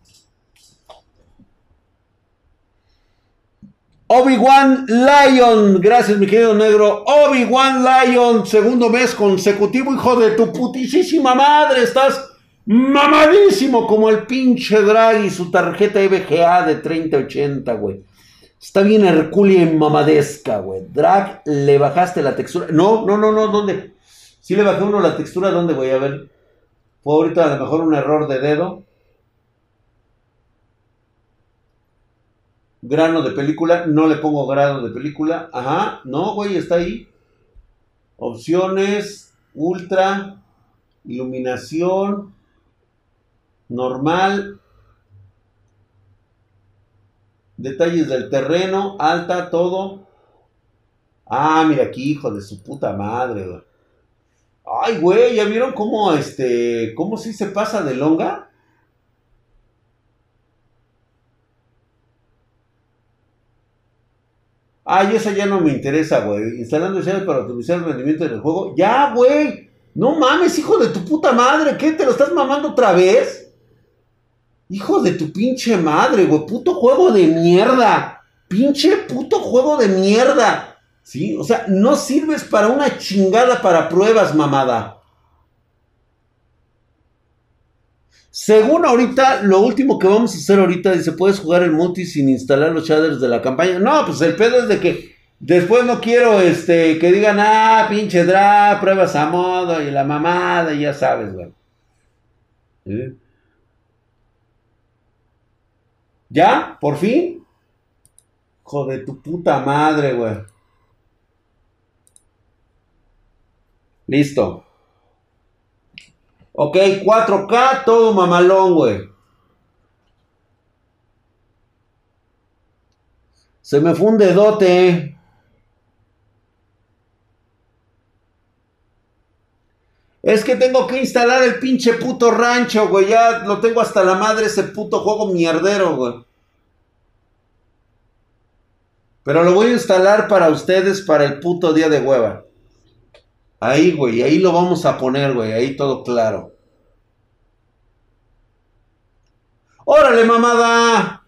Obi-Wan Lion, gracias mi querido negro. Obi-Wan Lion, segundo mes consecutivo, hijo de tu putísima madre. Estás mamadísimo como el pinche Drag y su tarjeta E V G A de treinta ochenta, güey. Está bien Herculia y mamadesca, güey. Drag, le bajaste la textura. No, no, no, no, ¿dónde? Sí le bajé uno la textura, ¿dónde voy a ver? Fue ahorita a lo mejor un error de dedo. Grano de película, no le pongo grado de película. Ajá, no, güey, está ahí. Opciones, ultra, iluminación, normal, detalles del terreno, alta, todo. Ah, mira aquí, hijo de su puta madre, güey. Ay, güey, ¿ya vieron cómo, este, cómo sí se pasa de longa? Ay, esa ya no me interesa, güey. Instalando escenas para optimizar el rendimiento del juego. Ya, güey. No mames, hijo de tu puta madre. ¿Qué? ¿Te lo estás mamando otra vez? Hijo de tu pinche madre, güey. Puto juego de mierda. Pinche puto juego de mierda. ¿Sí? O sea, no sirves para una chingada para pruebas, mamada. Según ahorita, lo último que vamos a hacer ahorita, dice, puedes jugar el multi sin instalar los shaders de la campaña. No, pues el pedo es de que después no quiero este que digan, ah, pinche drag, pruebas a modo y la mamada, y ya sabes, güey. ¿Sí? ¿Ya? ¿Por fin? Joder, tu puta madre, güey. Listo. Ok, cuatro K, todo mamalón, güey. Se me fue un dedote. Es que tengo que instalar el pinche puto rancho, güey. Ya lo tengo hasta la madre ese puto juego mierdero, güey. Pero lo voy a instalar para ustedes para el puto día de hueva. Ahí, güey, ahí lo vamos a poner, güey. Ahí todo claro. ¡Órale, mamada!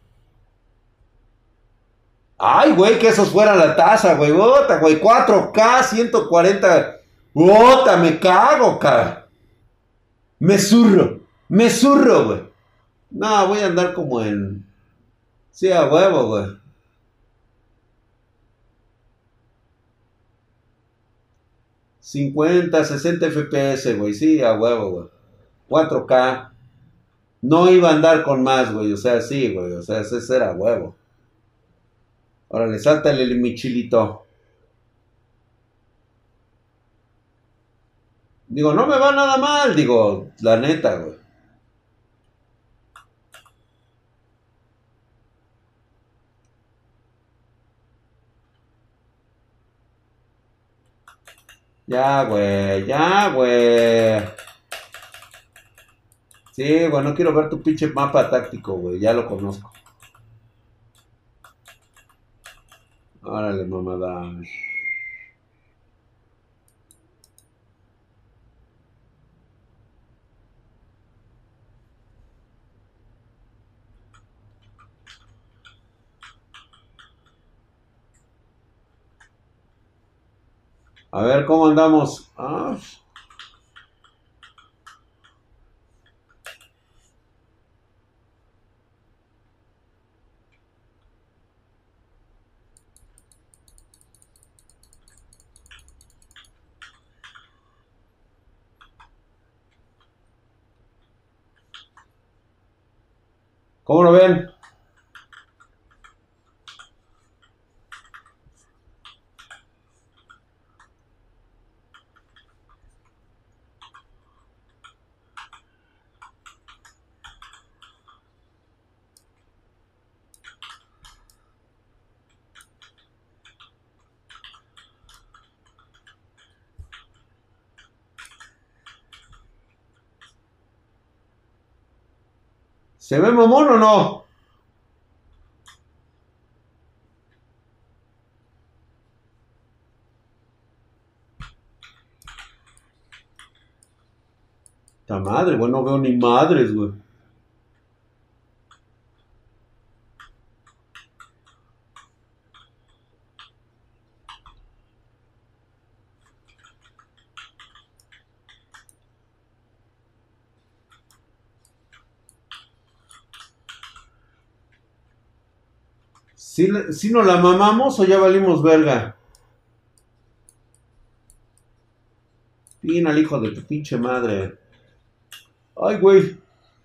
Ay, güey, que esos fuera la tasa, güey. Bota, güey. cuatro K, ciento cuarenta. Bota, me cago, cara. Me zurro. Me zurro, güey. No, voy a andar como en... Sí, a huevo, güey. cincuenta, sesenta F P S, güey. Sí, a huevo, güey. cuatro K. No iba a andar con más, güey. O sea, sí, güey. O sea, ese era huevo. Órale, sáltale el michilito. Digo, no me va nada mal, digo, la neta, güey. Ya, güey, ya, güey. Sí, güey, no quiero ver tu pinche mapa táctico, güey. Ya lo conozco. Órale, mamada. A ver, ¿cómo andamos? Ah, ¿cómo lo ven? ¿Se ve mamón o no? ¡Ta madre, güey! No veo ni madres, güey. ¿Sí, sí nos la mamamos o ya valimos verga? Pina al hijo de tu pinche madre. Ay, güey.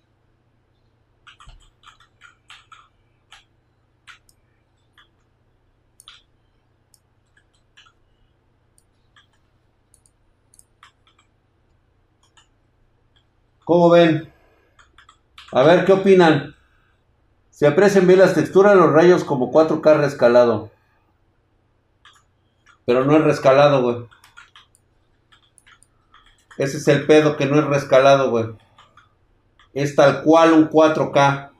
¿Cómo ven? A ver, ¿qué opinan? Se aprecian bien las texturas, los rayos como cuatro K rescalado. Pero no es rescalado, güey. Ese es el pedo, que no es rescalado, güey. Es tal cual un cuatro K.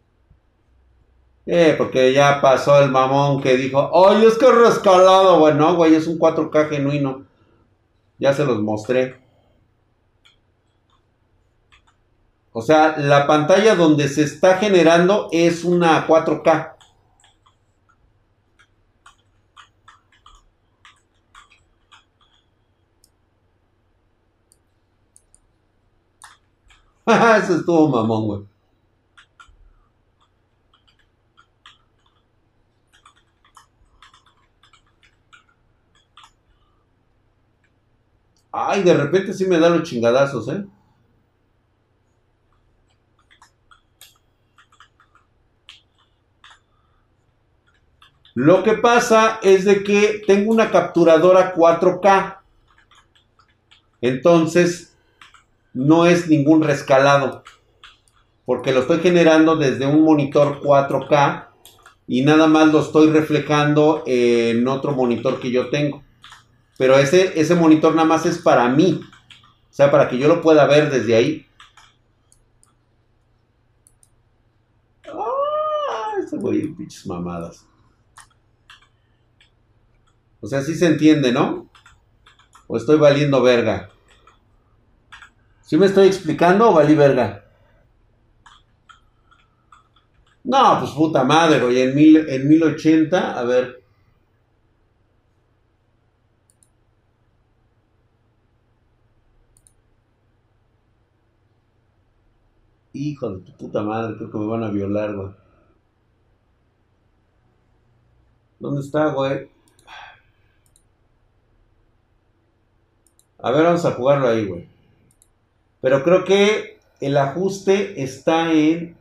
Eh, porque ya pasó el mamón que dijo, ay, es que es rescalado, güey. No, güey, es un cuatro K genuino. Ya se los mostré. O sea, la pantalla donde se está generando es una cuatro K. Eso estuvo mamón, güey. Ay, de repente sí me da los chingadazos, ¿eh? Lo que pasa es de que tengo una capturadora cuatro K. Entonces, no es ningún rescalado. Porque lo estoy generando desde un monitor cuatro K. Y nada más lo estoy reflejando en otro monitor que yo tengo. Pero ese, ese monitor nada más es para mí. O sea, para que yo lo pueda ver desde ahí. Ah, ese güey, pinches mamadas. O sea, sí se entiende, ¿no? O estoy valiendo verga. ¿Sí me estoy explicando o valí verga? No, pues puta madre, güey. En, mil, en mil ochenta, a ver. Hijo de tu puta madre, creo que me van a violar, güey. ¿Dónde está, güey? A ver, vamos a jugarlo ahí, güey. Pero creo que el ajuste está en...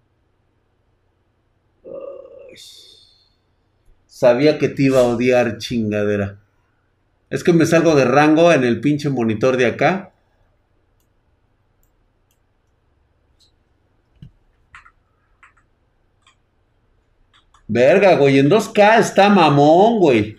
Sabía que te iba a odiar, chingadera. Es que me salgo de rango en el pinche monitor de acá. Verga, güey, en dos K está mamón, güey.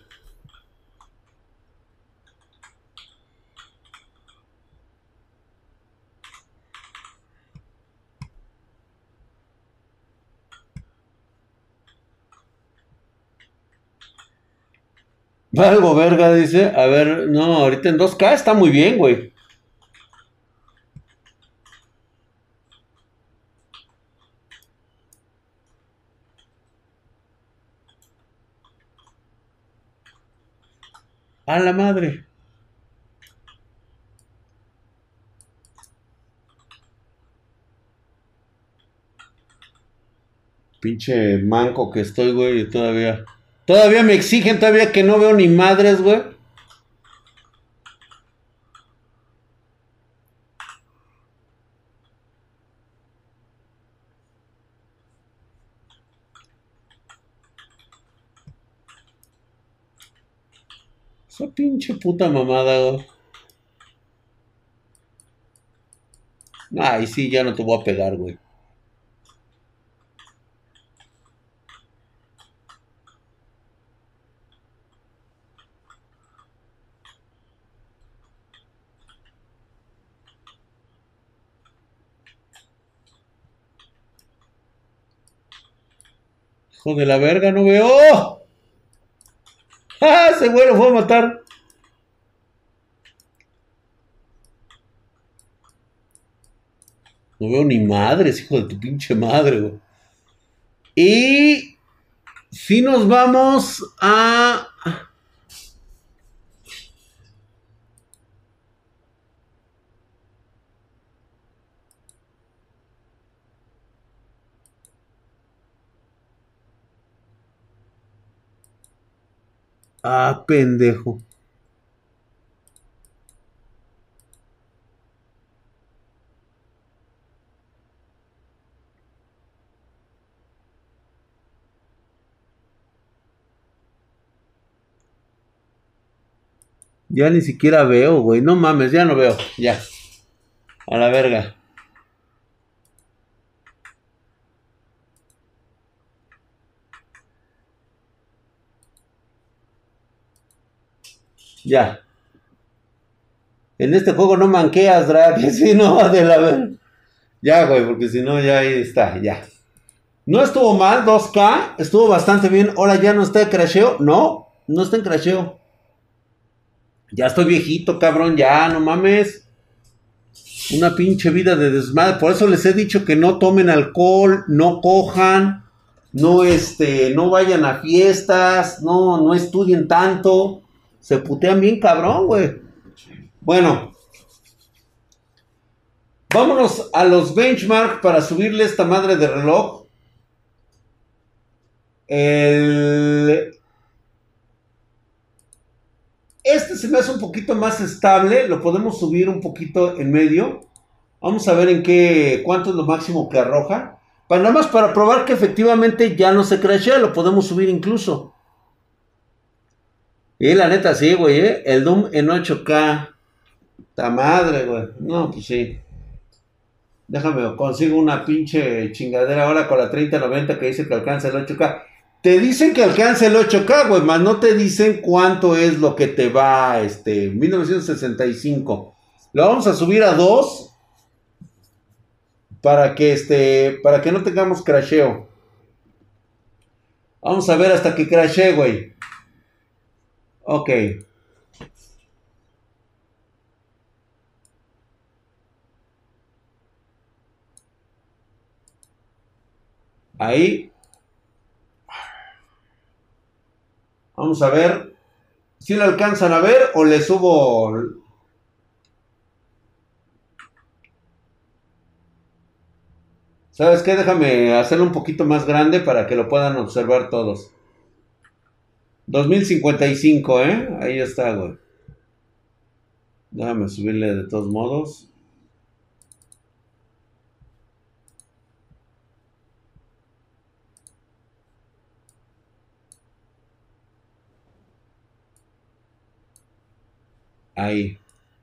Algo verga, dice. A ver, no, ahorita en dos K está muy bien, güey. A la madre. Pinche manco que estoy, güey, todavía. Todavía me exigen, todavía que no veo ni madres, güey. Esa pinche puta mamada, güey. Ay, sí, ya no te voy a pegar, güey. Hijo de la verga, no veo. ¡Ah! Ese güey lo fue a matar. No veo ni madres, hijo de tu pinche madre, güey. Y si nos vamos a... Ah, pendejo. Ya ni siquiera veo, güey. No mames, ya no veo. Ya. A la verga. Ya. En este juego no manqueas, Drake. Si no, de la verga. Ya, güey, porque si no, ya ahí está, ya. No estuvo mal, dos K. Estuvo bastante bien. Ahora ya no está en crasheo. No, no está en crasheo. Ya estoy viejito, cabrón. Ya, no mames. Una pinche vida de desmadre. Por eso les he dicho que no tomen alcohol, no cojan, no este, no vayan a fiestas, no, no estudien tanto. Se putean bien cabrón, güey. Bueno. Vámonos a los benchmark para subirle esta madre de reloj. El... Este se me hace un poquito más estable. Lo podemos subir un poquito en medio. Vamos a ver en qué, cuánto es lo máximo que arroja. Para nada más para probar que efectivamente ya no se crashea. Lo podemos subir incluso. Y la neta sí, güey, ¿eh? El Doom en ocho K. ¡Ta madre, güey! No, pues sí. Déjame, consigo una pinche chingadera ahora con la treinta noventa que dice que alcanza el ocho K. Te dicen que alcanza el ocho K, güey, más no te dicen cuánto es lo que te va, este, mil novecientos sesenta y cinco. Lo vamos a subir a dos para que, este, para que no tengamos crasheo. Vamos a ver hasta que crashee, güey. Ok. Ahí. Vamos a ver si lo alcanzan a ver o le subo. ¿Sabes qué? Déjame hacerlo un poquito más grande para que lo puedan observar todos. dos mil cincuenta y cinco, ¿eh? Ahí está, güey. Déjame subirle de todos modos. Ahí.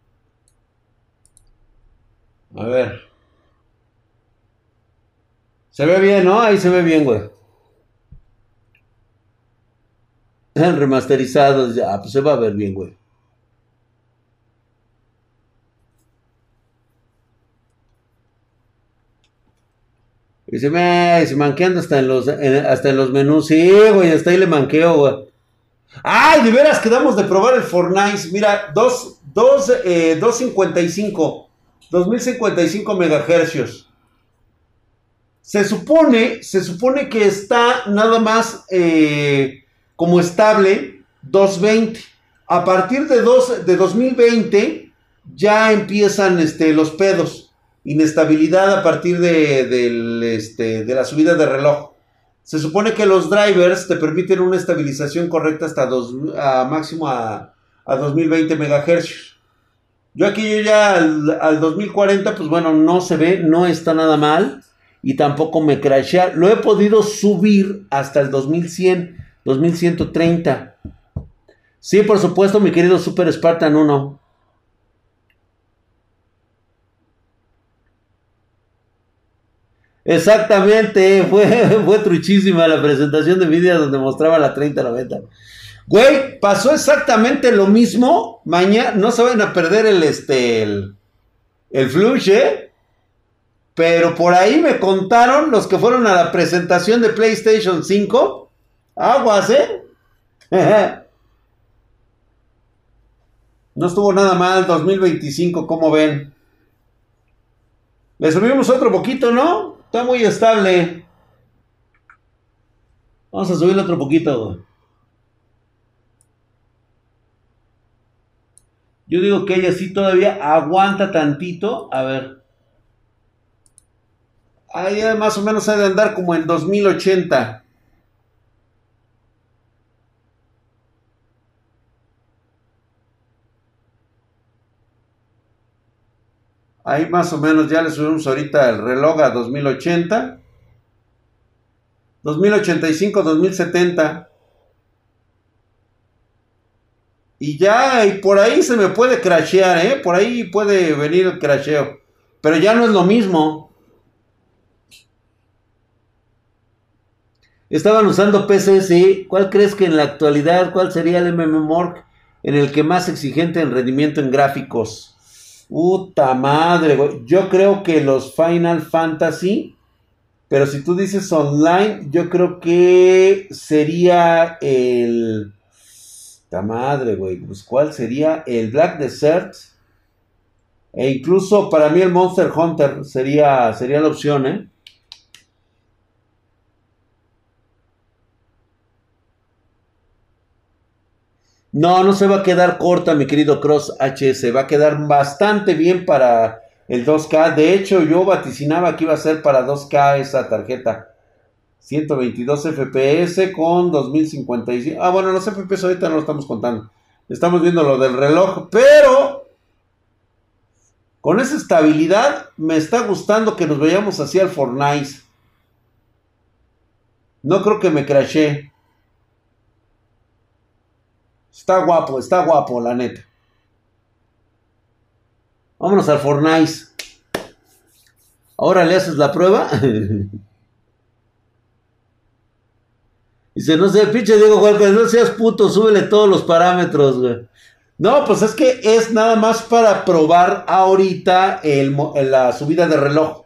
A ver. Se ve bien, ¿no? Ahí se ve bien, güey. Remasterizados, ya, pues se va a ver bien, güey. Y se me, se manqueando hasta en los, en, hasta en los menús. Sí, güey, hasta ahí le manqueo, güey. ¡Ay, de veras quedamos de probar el Fortnite! Mira, dos, dos, eh, doscientos cincuenta y cinco. dos mil cincuenta y cinco megahercios. Se supone, se supone que está nada más eh, como estable doscientos veinte. A partir de, dos, de dos mil veinte ya empiezan este, los pedos. Inestabilidad a partir de, de, este, de la subida de reloj. Se supone que los drivers te permiten una estabilización correcta hasta dos, a máximo a, a dos mil veinte megahercios. Yo aquí yo ya al, al dos mil cuarenta, pues bueno, no se ve, no está nada mal. Y tampoco me crashea. Lo he podido subir hasta el dos mil cien, dos mil ciento treinta. Sí, por supuesto, mi querido Super Spartan uno. Exactamente, fue, fue truchísima la presentación de Nvidia donde mostraba la treinta noventa. Güey, pasó exactamente lo mismo. Mañana, no se van a perder el, este, el, el flush, ¿eh? Pero por ahí me contaron los que fueron a la presentación de PlayStation cinco. Aguas, ¿eh? No estuvo nada mal dos mil veinticinco, ¿cómo ven? Le subimos otro poquito, ¿no? Está muy estable. Vamos a subirle otro poquito, güey. Yo digo que ella sí todavía aguanta tantito. A ver. Ahí más o menos ha de andar como en dos mil ochenta. Ahí más o menos ya le subimos ahorita el reloj a dos mil ochenta. dos mil ochenta y cinco, dos mil setenta. Y ya, y por ahí se me puede crashear, ¿eh? Por ahí puede venir el crasheo. Pero ya no es lo mismo. Estaban usando P C, sí. ¿Cuál crees que en la actualidad, cuál sería el MMORPG en el que más exigente en rendimiento en gráficos? Puta madre, güey. Yo creo que los Final Fantasy. Pero si tú dices online, yo creo que sería el... Puta madre, güey. Pues ¿cuál sería? El Black Desert. E incluso para mí el Monster Hunter sería, sería la opción, ¿eh? No, no se va a quedar corta, mi querido Cross H S. Va a quedar bastante bien para el dos K. De hecho, yo vaticinaba que iba a ser para dos K esa tarjeta. ciento veintidós F P S con dos mil cincuenta y cinco. Ah, bueno, los F P S ahorita no lo estamos contando. Estamos viendo lo del reloj. Pero con esa estabilidad me está gustando que nos vayamos hacia el Fortnite. No creo que me crashé. Está guapo, está guapo, la neta. Vámonos al Fortnite. Ahora le haces la prueba. Dice, no sé, pinche Diego Juárez, no seas puto, súbele todos los parámetros, güey. No, pues es que es nada más para probar ahorita el, la subida de reloj.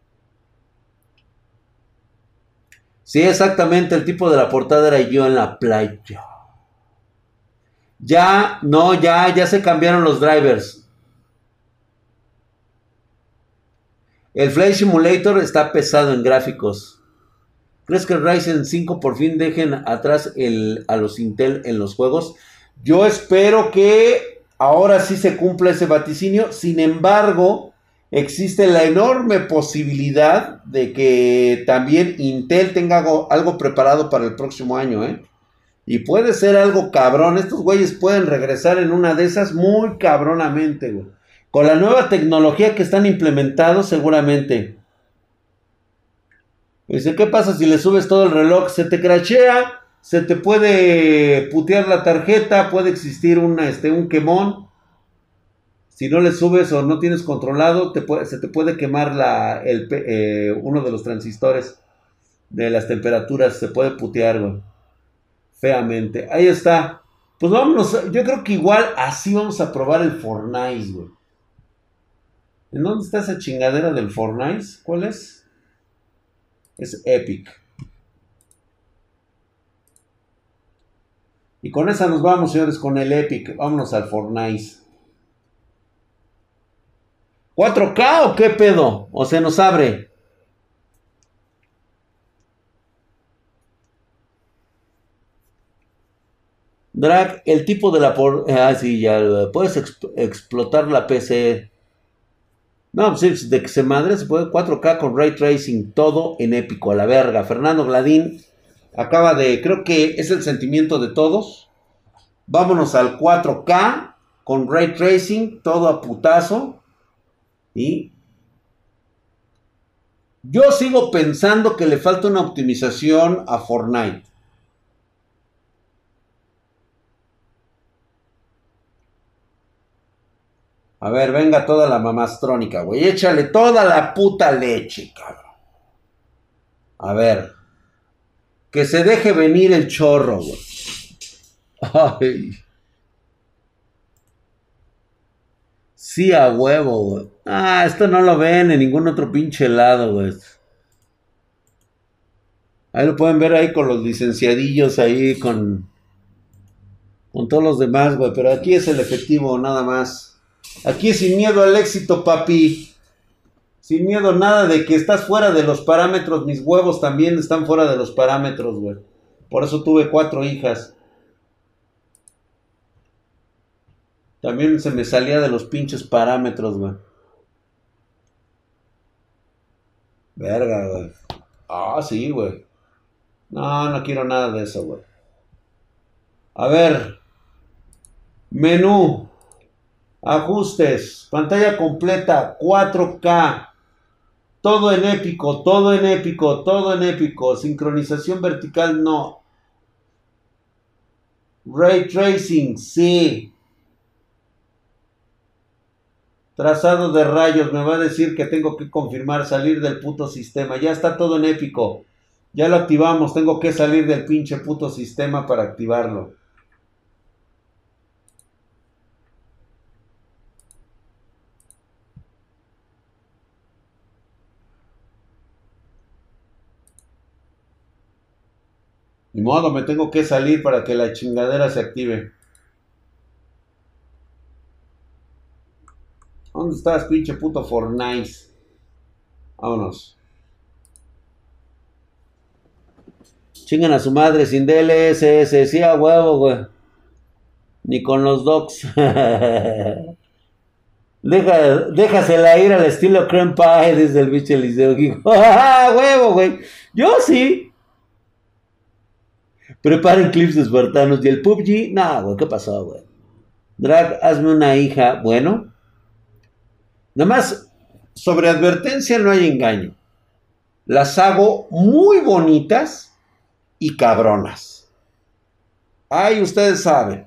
Sí, exactamente, el tipo de la portada era yo en la playa. Ya, no, ya, ya se cambiaron los drivers. El Flight Simulator está pesado en gráficos. ¿Crees que el Ryzen cinco por fin dejen atrás el, a los Intel en los juegos? Yo espero que ahora sí se cumpla ese vaticinio. Sin embargo, existe la enorme posibilidad de que también Intel tenga algo, algo preparado para el próximo año, ¿eh? Y puede ser algo cabrón. Estos güeyes pueden regresar en una de esas muy cabronamente, güey. Con la nueva tecnología que están implementando, seguramente. Dice, ¿qué pasa si le subes todo el reloj? Se te crashea, se te puede putear la tarjeta, puede existir una, este, un quemón. Si no le subes o no tienes controlado, te puede, se te puede quemar la, el, eh, uno de los transistores de las temperaturas. Se puede putear, güey. Feamente. Ahí está. Pues vámonos. Yo creo que igual así vamos a probar el Fortnite, güey. ¿En dónde está esa chingadera del Fortnite? ¿Cuál es? Es Epic. Y con esa nos vamos, señores, con el Epic. Vámonos al Fortnite. ¿cuatro K o qué pedo? ¿O se nos abre? Drag, el tipo de la por... Ah, sí, ya. Puedes exp explotar la P C. No, pues de que se madre se puede cuatro K con Ray Tracing, todo en épico, a la verga. Fernando Gladín acaba de, creo que es el sentimiento de todos. Vámonos al cuatro K con Ray Tracing, todo a putazo. Y yo sigo pensando que le falta una optimización a Fortnite. A ver, venga toda la mamastrónica, güey. Échale toda la puta leche, cabrón. A ver. Que se deje venir el chorro, güey. Ay. Sí, a huevo, güey. Ah, esto no lo ven en ningún otro pinche lado, güey. Ahí lo pueden ver ahí con los licenciadillos, ahí con, con todos los demás, güey. Pero aquí es el efectivo, nada más. Aquí sin miedo al éxito, papi. Sin miedo nada de que estás fuera de los parámetros. Mis huevos también están fuera de los parámetros, güey. Por eso tuve cuatro hijas. También se me salía de los pinches parámetros, güey. Verga, güey. Ah, sí, güey. No, no quiero nada de eso, güey. A ver. Menú. Ajustes. Pantalla completa. cuatro K. Todo en épico, todo en épico, todo en épico. Sincronización vertical, no. Ray tracing, sí. Trazado de rayos, me va a decir que tengo que confirmar, salir del puto sistema. Ya está todo en épico. Ya lo activamos, tengo que salir del pinche puto sistema para activarlo. Ni modo, me tengo que salir para que la chingadera se active. ¿Dónde estás, pinche puto Fortnite? Vámonos. Chingan a su madre sin D L S S. Sí, a huevo, güey. Ni con los docs. Deja, déjasela ir al estilo creme pie, dice el bicho Eliseo. ¡Ah, huevo, güey! Yo sí. Preparen clips de espartanos. ¿Y el P U B G? No, güey, ¿qué pasó, güey? Drag, hazme una hija. Bueno. Nada más, sobre advertencia no hay engaño. Las hago muy bonitas y cabronas. Ay, ustedes saben.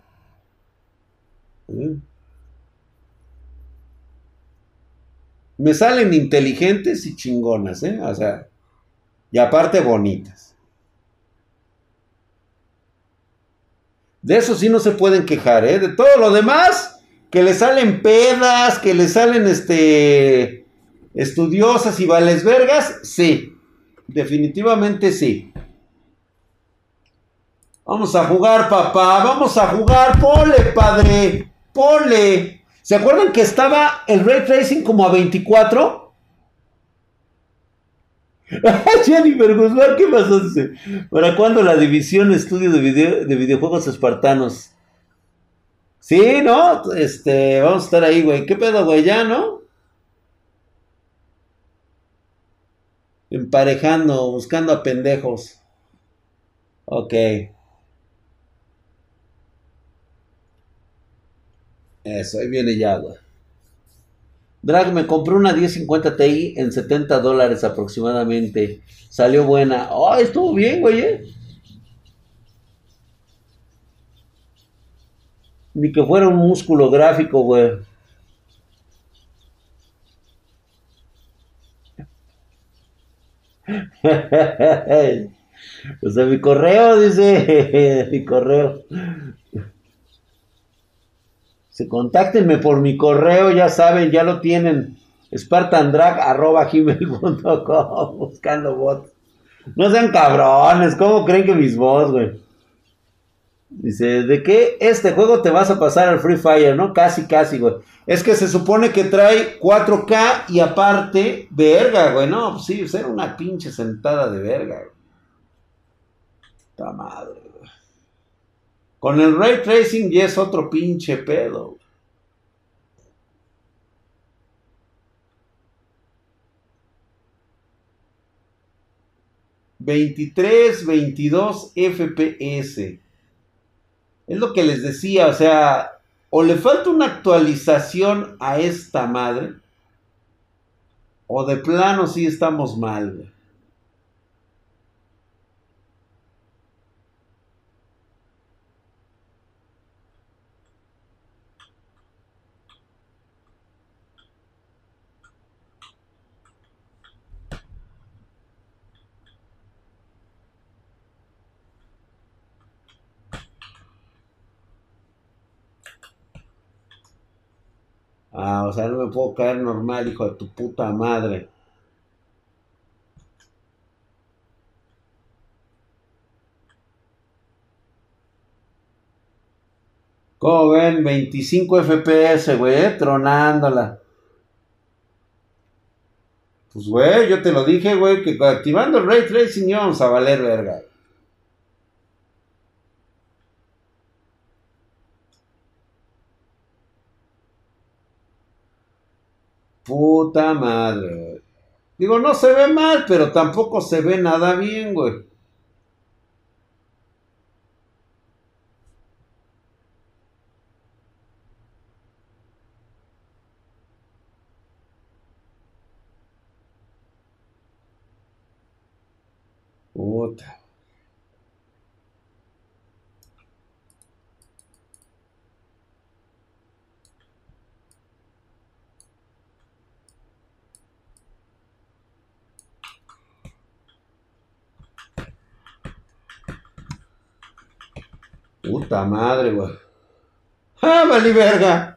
Me salen inteligentes y chingonas, ¿eh? O sea, y aparte bonitas. De eso sí no se pueden quejar, ¿eh? De todo lo demás, que le salen pedas, que le salen, este, estudiosas y vales vergas, sí. Definitivamente sí. Vamos a jugar, papá, vamos a jugar, ponle, padre, ponle. ¿Se acuerdan que estaba el Ray Tracing como a veinticuatro? Jennifer Guzmán, ¿qué pasó? Dice, ¿para cuándo la división estudio de, video, de videojuegos espartanos? Sí, ¿no? Este, vamos a estar ahí, güey. ¿Qué pedo, güey? Ya, ¿no? Emparejando, buscando a pendejos. Ok. Eso, ahí viene ya, güey. Drag, me compré una diez cincuenta Ti en setenta dólares aproximadamente. Salió buena. Oh, estuvo bien, güey, eh. Ni que fuera un músculo gráfico, güey. O sea, mi correo, dice. Mi correo. Se contáctenme por mi correo, ya saben, ya lo tienen. Spartandrag arroba gmail punto com. Buscando bots. No sean cabrones, ¿cómo creen que mis bots, güey? Dice, ¿de qué este juego te vas a pasar al Free Fire, no? Casi, casi, güey. Es que se supone que trae cuatro K y aparte, verga, güey. No, pues sí, era una pinche sentada de verga, güey. Puta madre, güey. Con el Ray Tracing ya es otro pinche pedo, güey. veintitrés, veintidós F P S. Es lo que les decía, o sea, o le falta una actualización a esta madre, o de plano sí estamos mal, güey. Ah, o sea, no me puedo caer normal, hijo de tu puta madre. ¿Cómo ven? veinticinco F P S, güey, eh, tronándola. Pues, güey, yo te lo dije, güey, que activando el Ray Tracing íbamos a valer verga. Puta madre, güey. Digo, no se ve mal, pero tampoco se ve nada bien, güey. Puta. Puta madre, güey. ¡Ah, vale verga!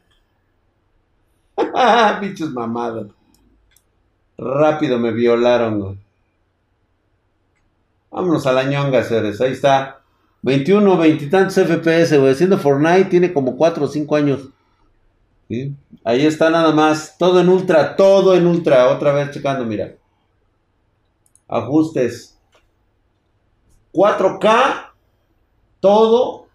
¡Ah, pinches mamadas! Rápido me violaron, güey. Vámonos a la ñonga, seres. Ahí está. veintiuno, veinte y tantos F P S, güey. Siendo Fortnite, tiene como cuatro o cinco años. ¿Sí? Ahí está nada más. Todo en ultra, todo en ultra. Otra vez checando, mira. Ajustes. cuatro K. Todo.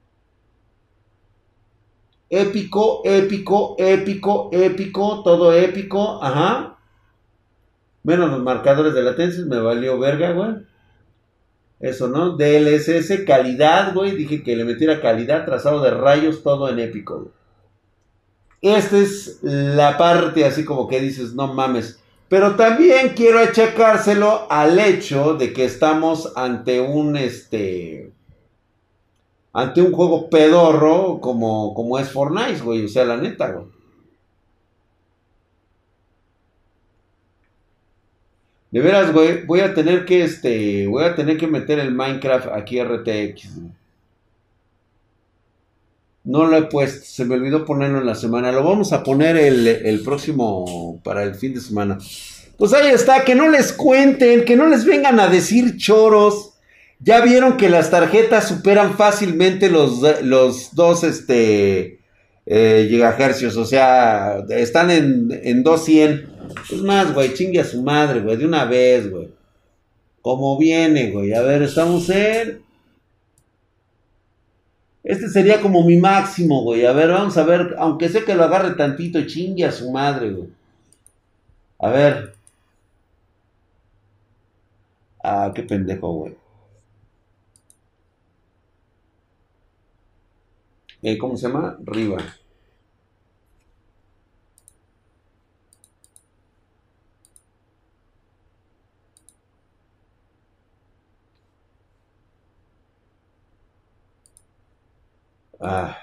Épico, épico, épico, épico. Todo épico. Ajá. Menos los marcadores de latencia. Me valió verga, güey. Eso, ¿no? D L S S, calidad, güey. Dije que le metiera calidad, trazado de rayos, todo en épico, güey. Esta es la parte así como que dices, no mames. Pero también quiero achacárselo al hecho de que estamos ante un, este, ante un juego pedorro como, como es Fortnite, güey. O sea, la neta, güey. De veras, güey, voy a tener que, este, voy a tener que meter el Minecraft aquí R T X, güey. No lo he puesto, se me olvidó ponerlo en la semana. Lo vamos a poner el, el próximo, para el fin de semana. Pues ahí está, que no les cuenten, que no les vengan a decir choros. Ya vieron que las tarjetas superan fácilmente los, los dos este, eh, gigahercios. O sea, están en, en doscientos. Es más, güey, chingue a su madre, güey, de una vez, güey. Como viene, güey. A ver, estamos en... Este sería como mi máximo, güey. A ver, vamos a ver. Aunque sé que lo agarre tantito, chingue a su madre, güey. A ver. Ah, qué pendejo, güey. Eh, ¿Cómo se llama? Riva. Ah.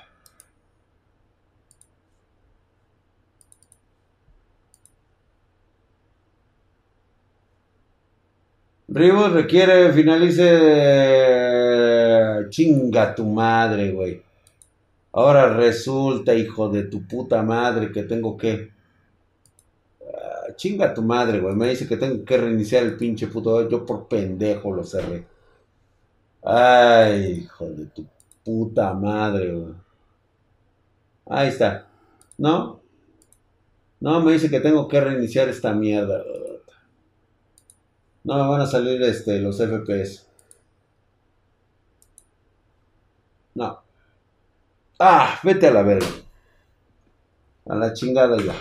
Rivos requiere, finalice. Chinga tu madre, güey. Ahora resulta, hijo de tu puta madre, que tengo que. Ah, chinga tu madre, güey. Me dice que tengo que reiniciar el pinche puto. Yo por pendejo lo cerré. Ay, hijo de tu puta madre, güey. Ahí está. ¿No? No, me dice que tengo que reiniciar esta mierda. No me van a salir este, los F P S. No. Ah, vete a la verga. A la chingada ya.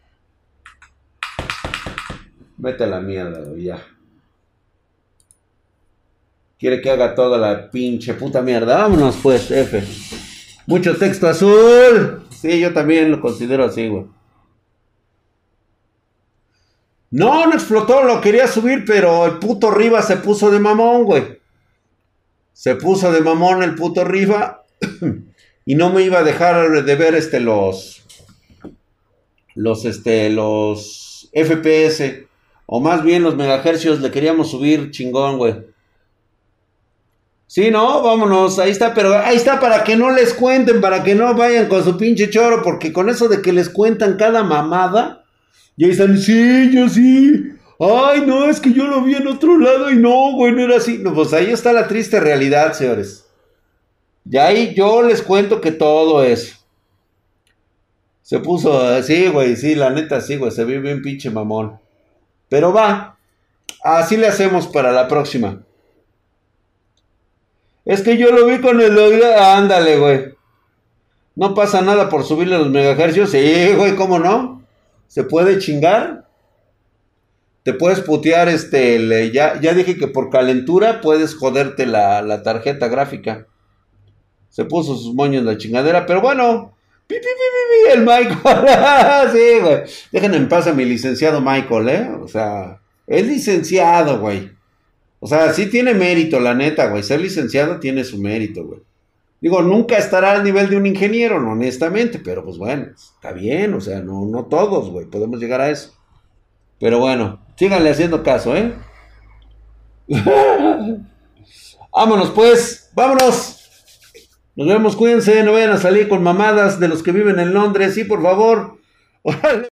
Vete a la mierda, güey, ya. Quiere que haga toda la pinche puta mierda. Vámonos pues, F. Mucho texto azul. Sí, yo también lo considero así, güey. No, no explotó, lo quería subir, pero el puto Riva se puso de mamón, güey. Se puso de mamón el puto Riva. Y no me iba a dejar de ver este los. Los este. Los F P S. O más bien los megahercios le queríamos subir chingón, güey. Sí, no, vámonos, ahí está, pero ahí está para que no les cuenten, para que no vayan con su pinche choro, porque con eso de que les cuentan cada mamada, y ahí están, sí, yo sí, ay, no, es que yo lo vi en otro lado y no, güey, no era así. No, pues ahí está la triste realidad, señores. Y ahí yo les cuento que todo eso. Se puso así, güey, sí, la neta, sí, güey, se ve bien pinche mamón. Pero va, así le hacemos para la próxima. Es que yo lo vi con el oído, ándale, güey. No pasa nada por subirle los megahercios. Sí, güey, ¿cómo no? ¿Se puede chingar? Te puedes putear, este, le, ya, ya dije que por calentura puedes joderte la, la tarjeta gráfica. Se puso sus moños la chingadera, pero bueno. Pi, pi, pi, pi, pi, el Michael. Sí, güey. Dejen en paz a mi licenciado Michael, ¿eh? O sea, es licenciado, güey. O sea, sí tiene mérito, la neta, güey. Ser licenciado tiene su mérito, güey. Digo, nunca estará al nivel de un ingeniero, no, honestamente, pero pues bueno, está bien, o sea, no, no todos, güey, podemos llegar a eso. Pero bueno, síganle haciendo caso, ¿eh? Vámonos, pues, vámonos. Nos vemos, cuídense, no vayan a salir con mamadas de los que viven en Londres, sí, por favor.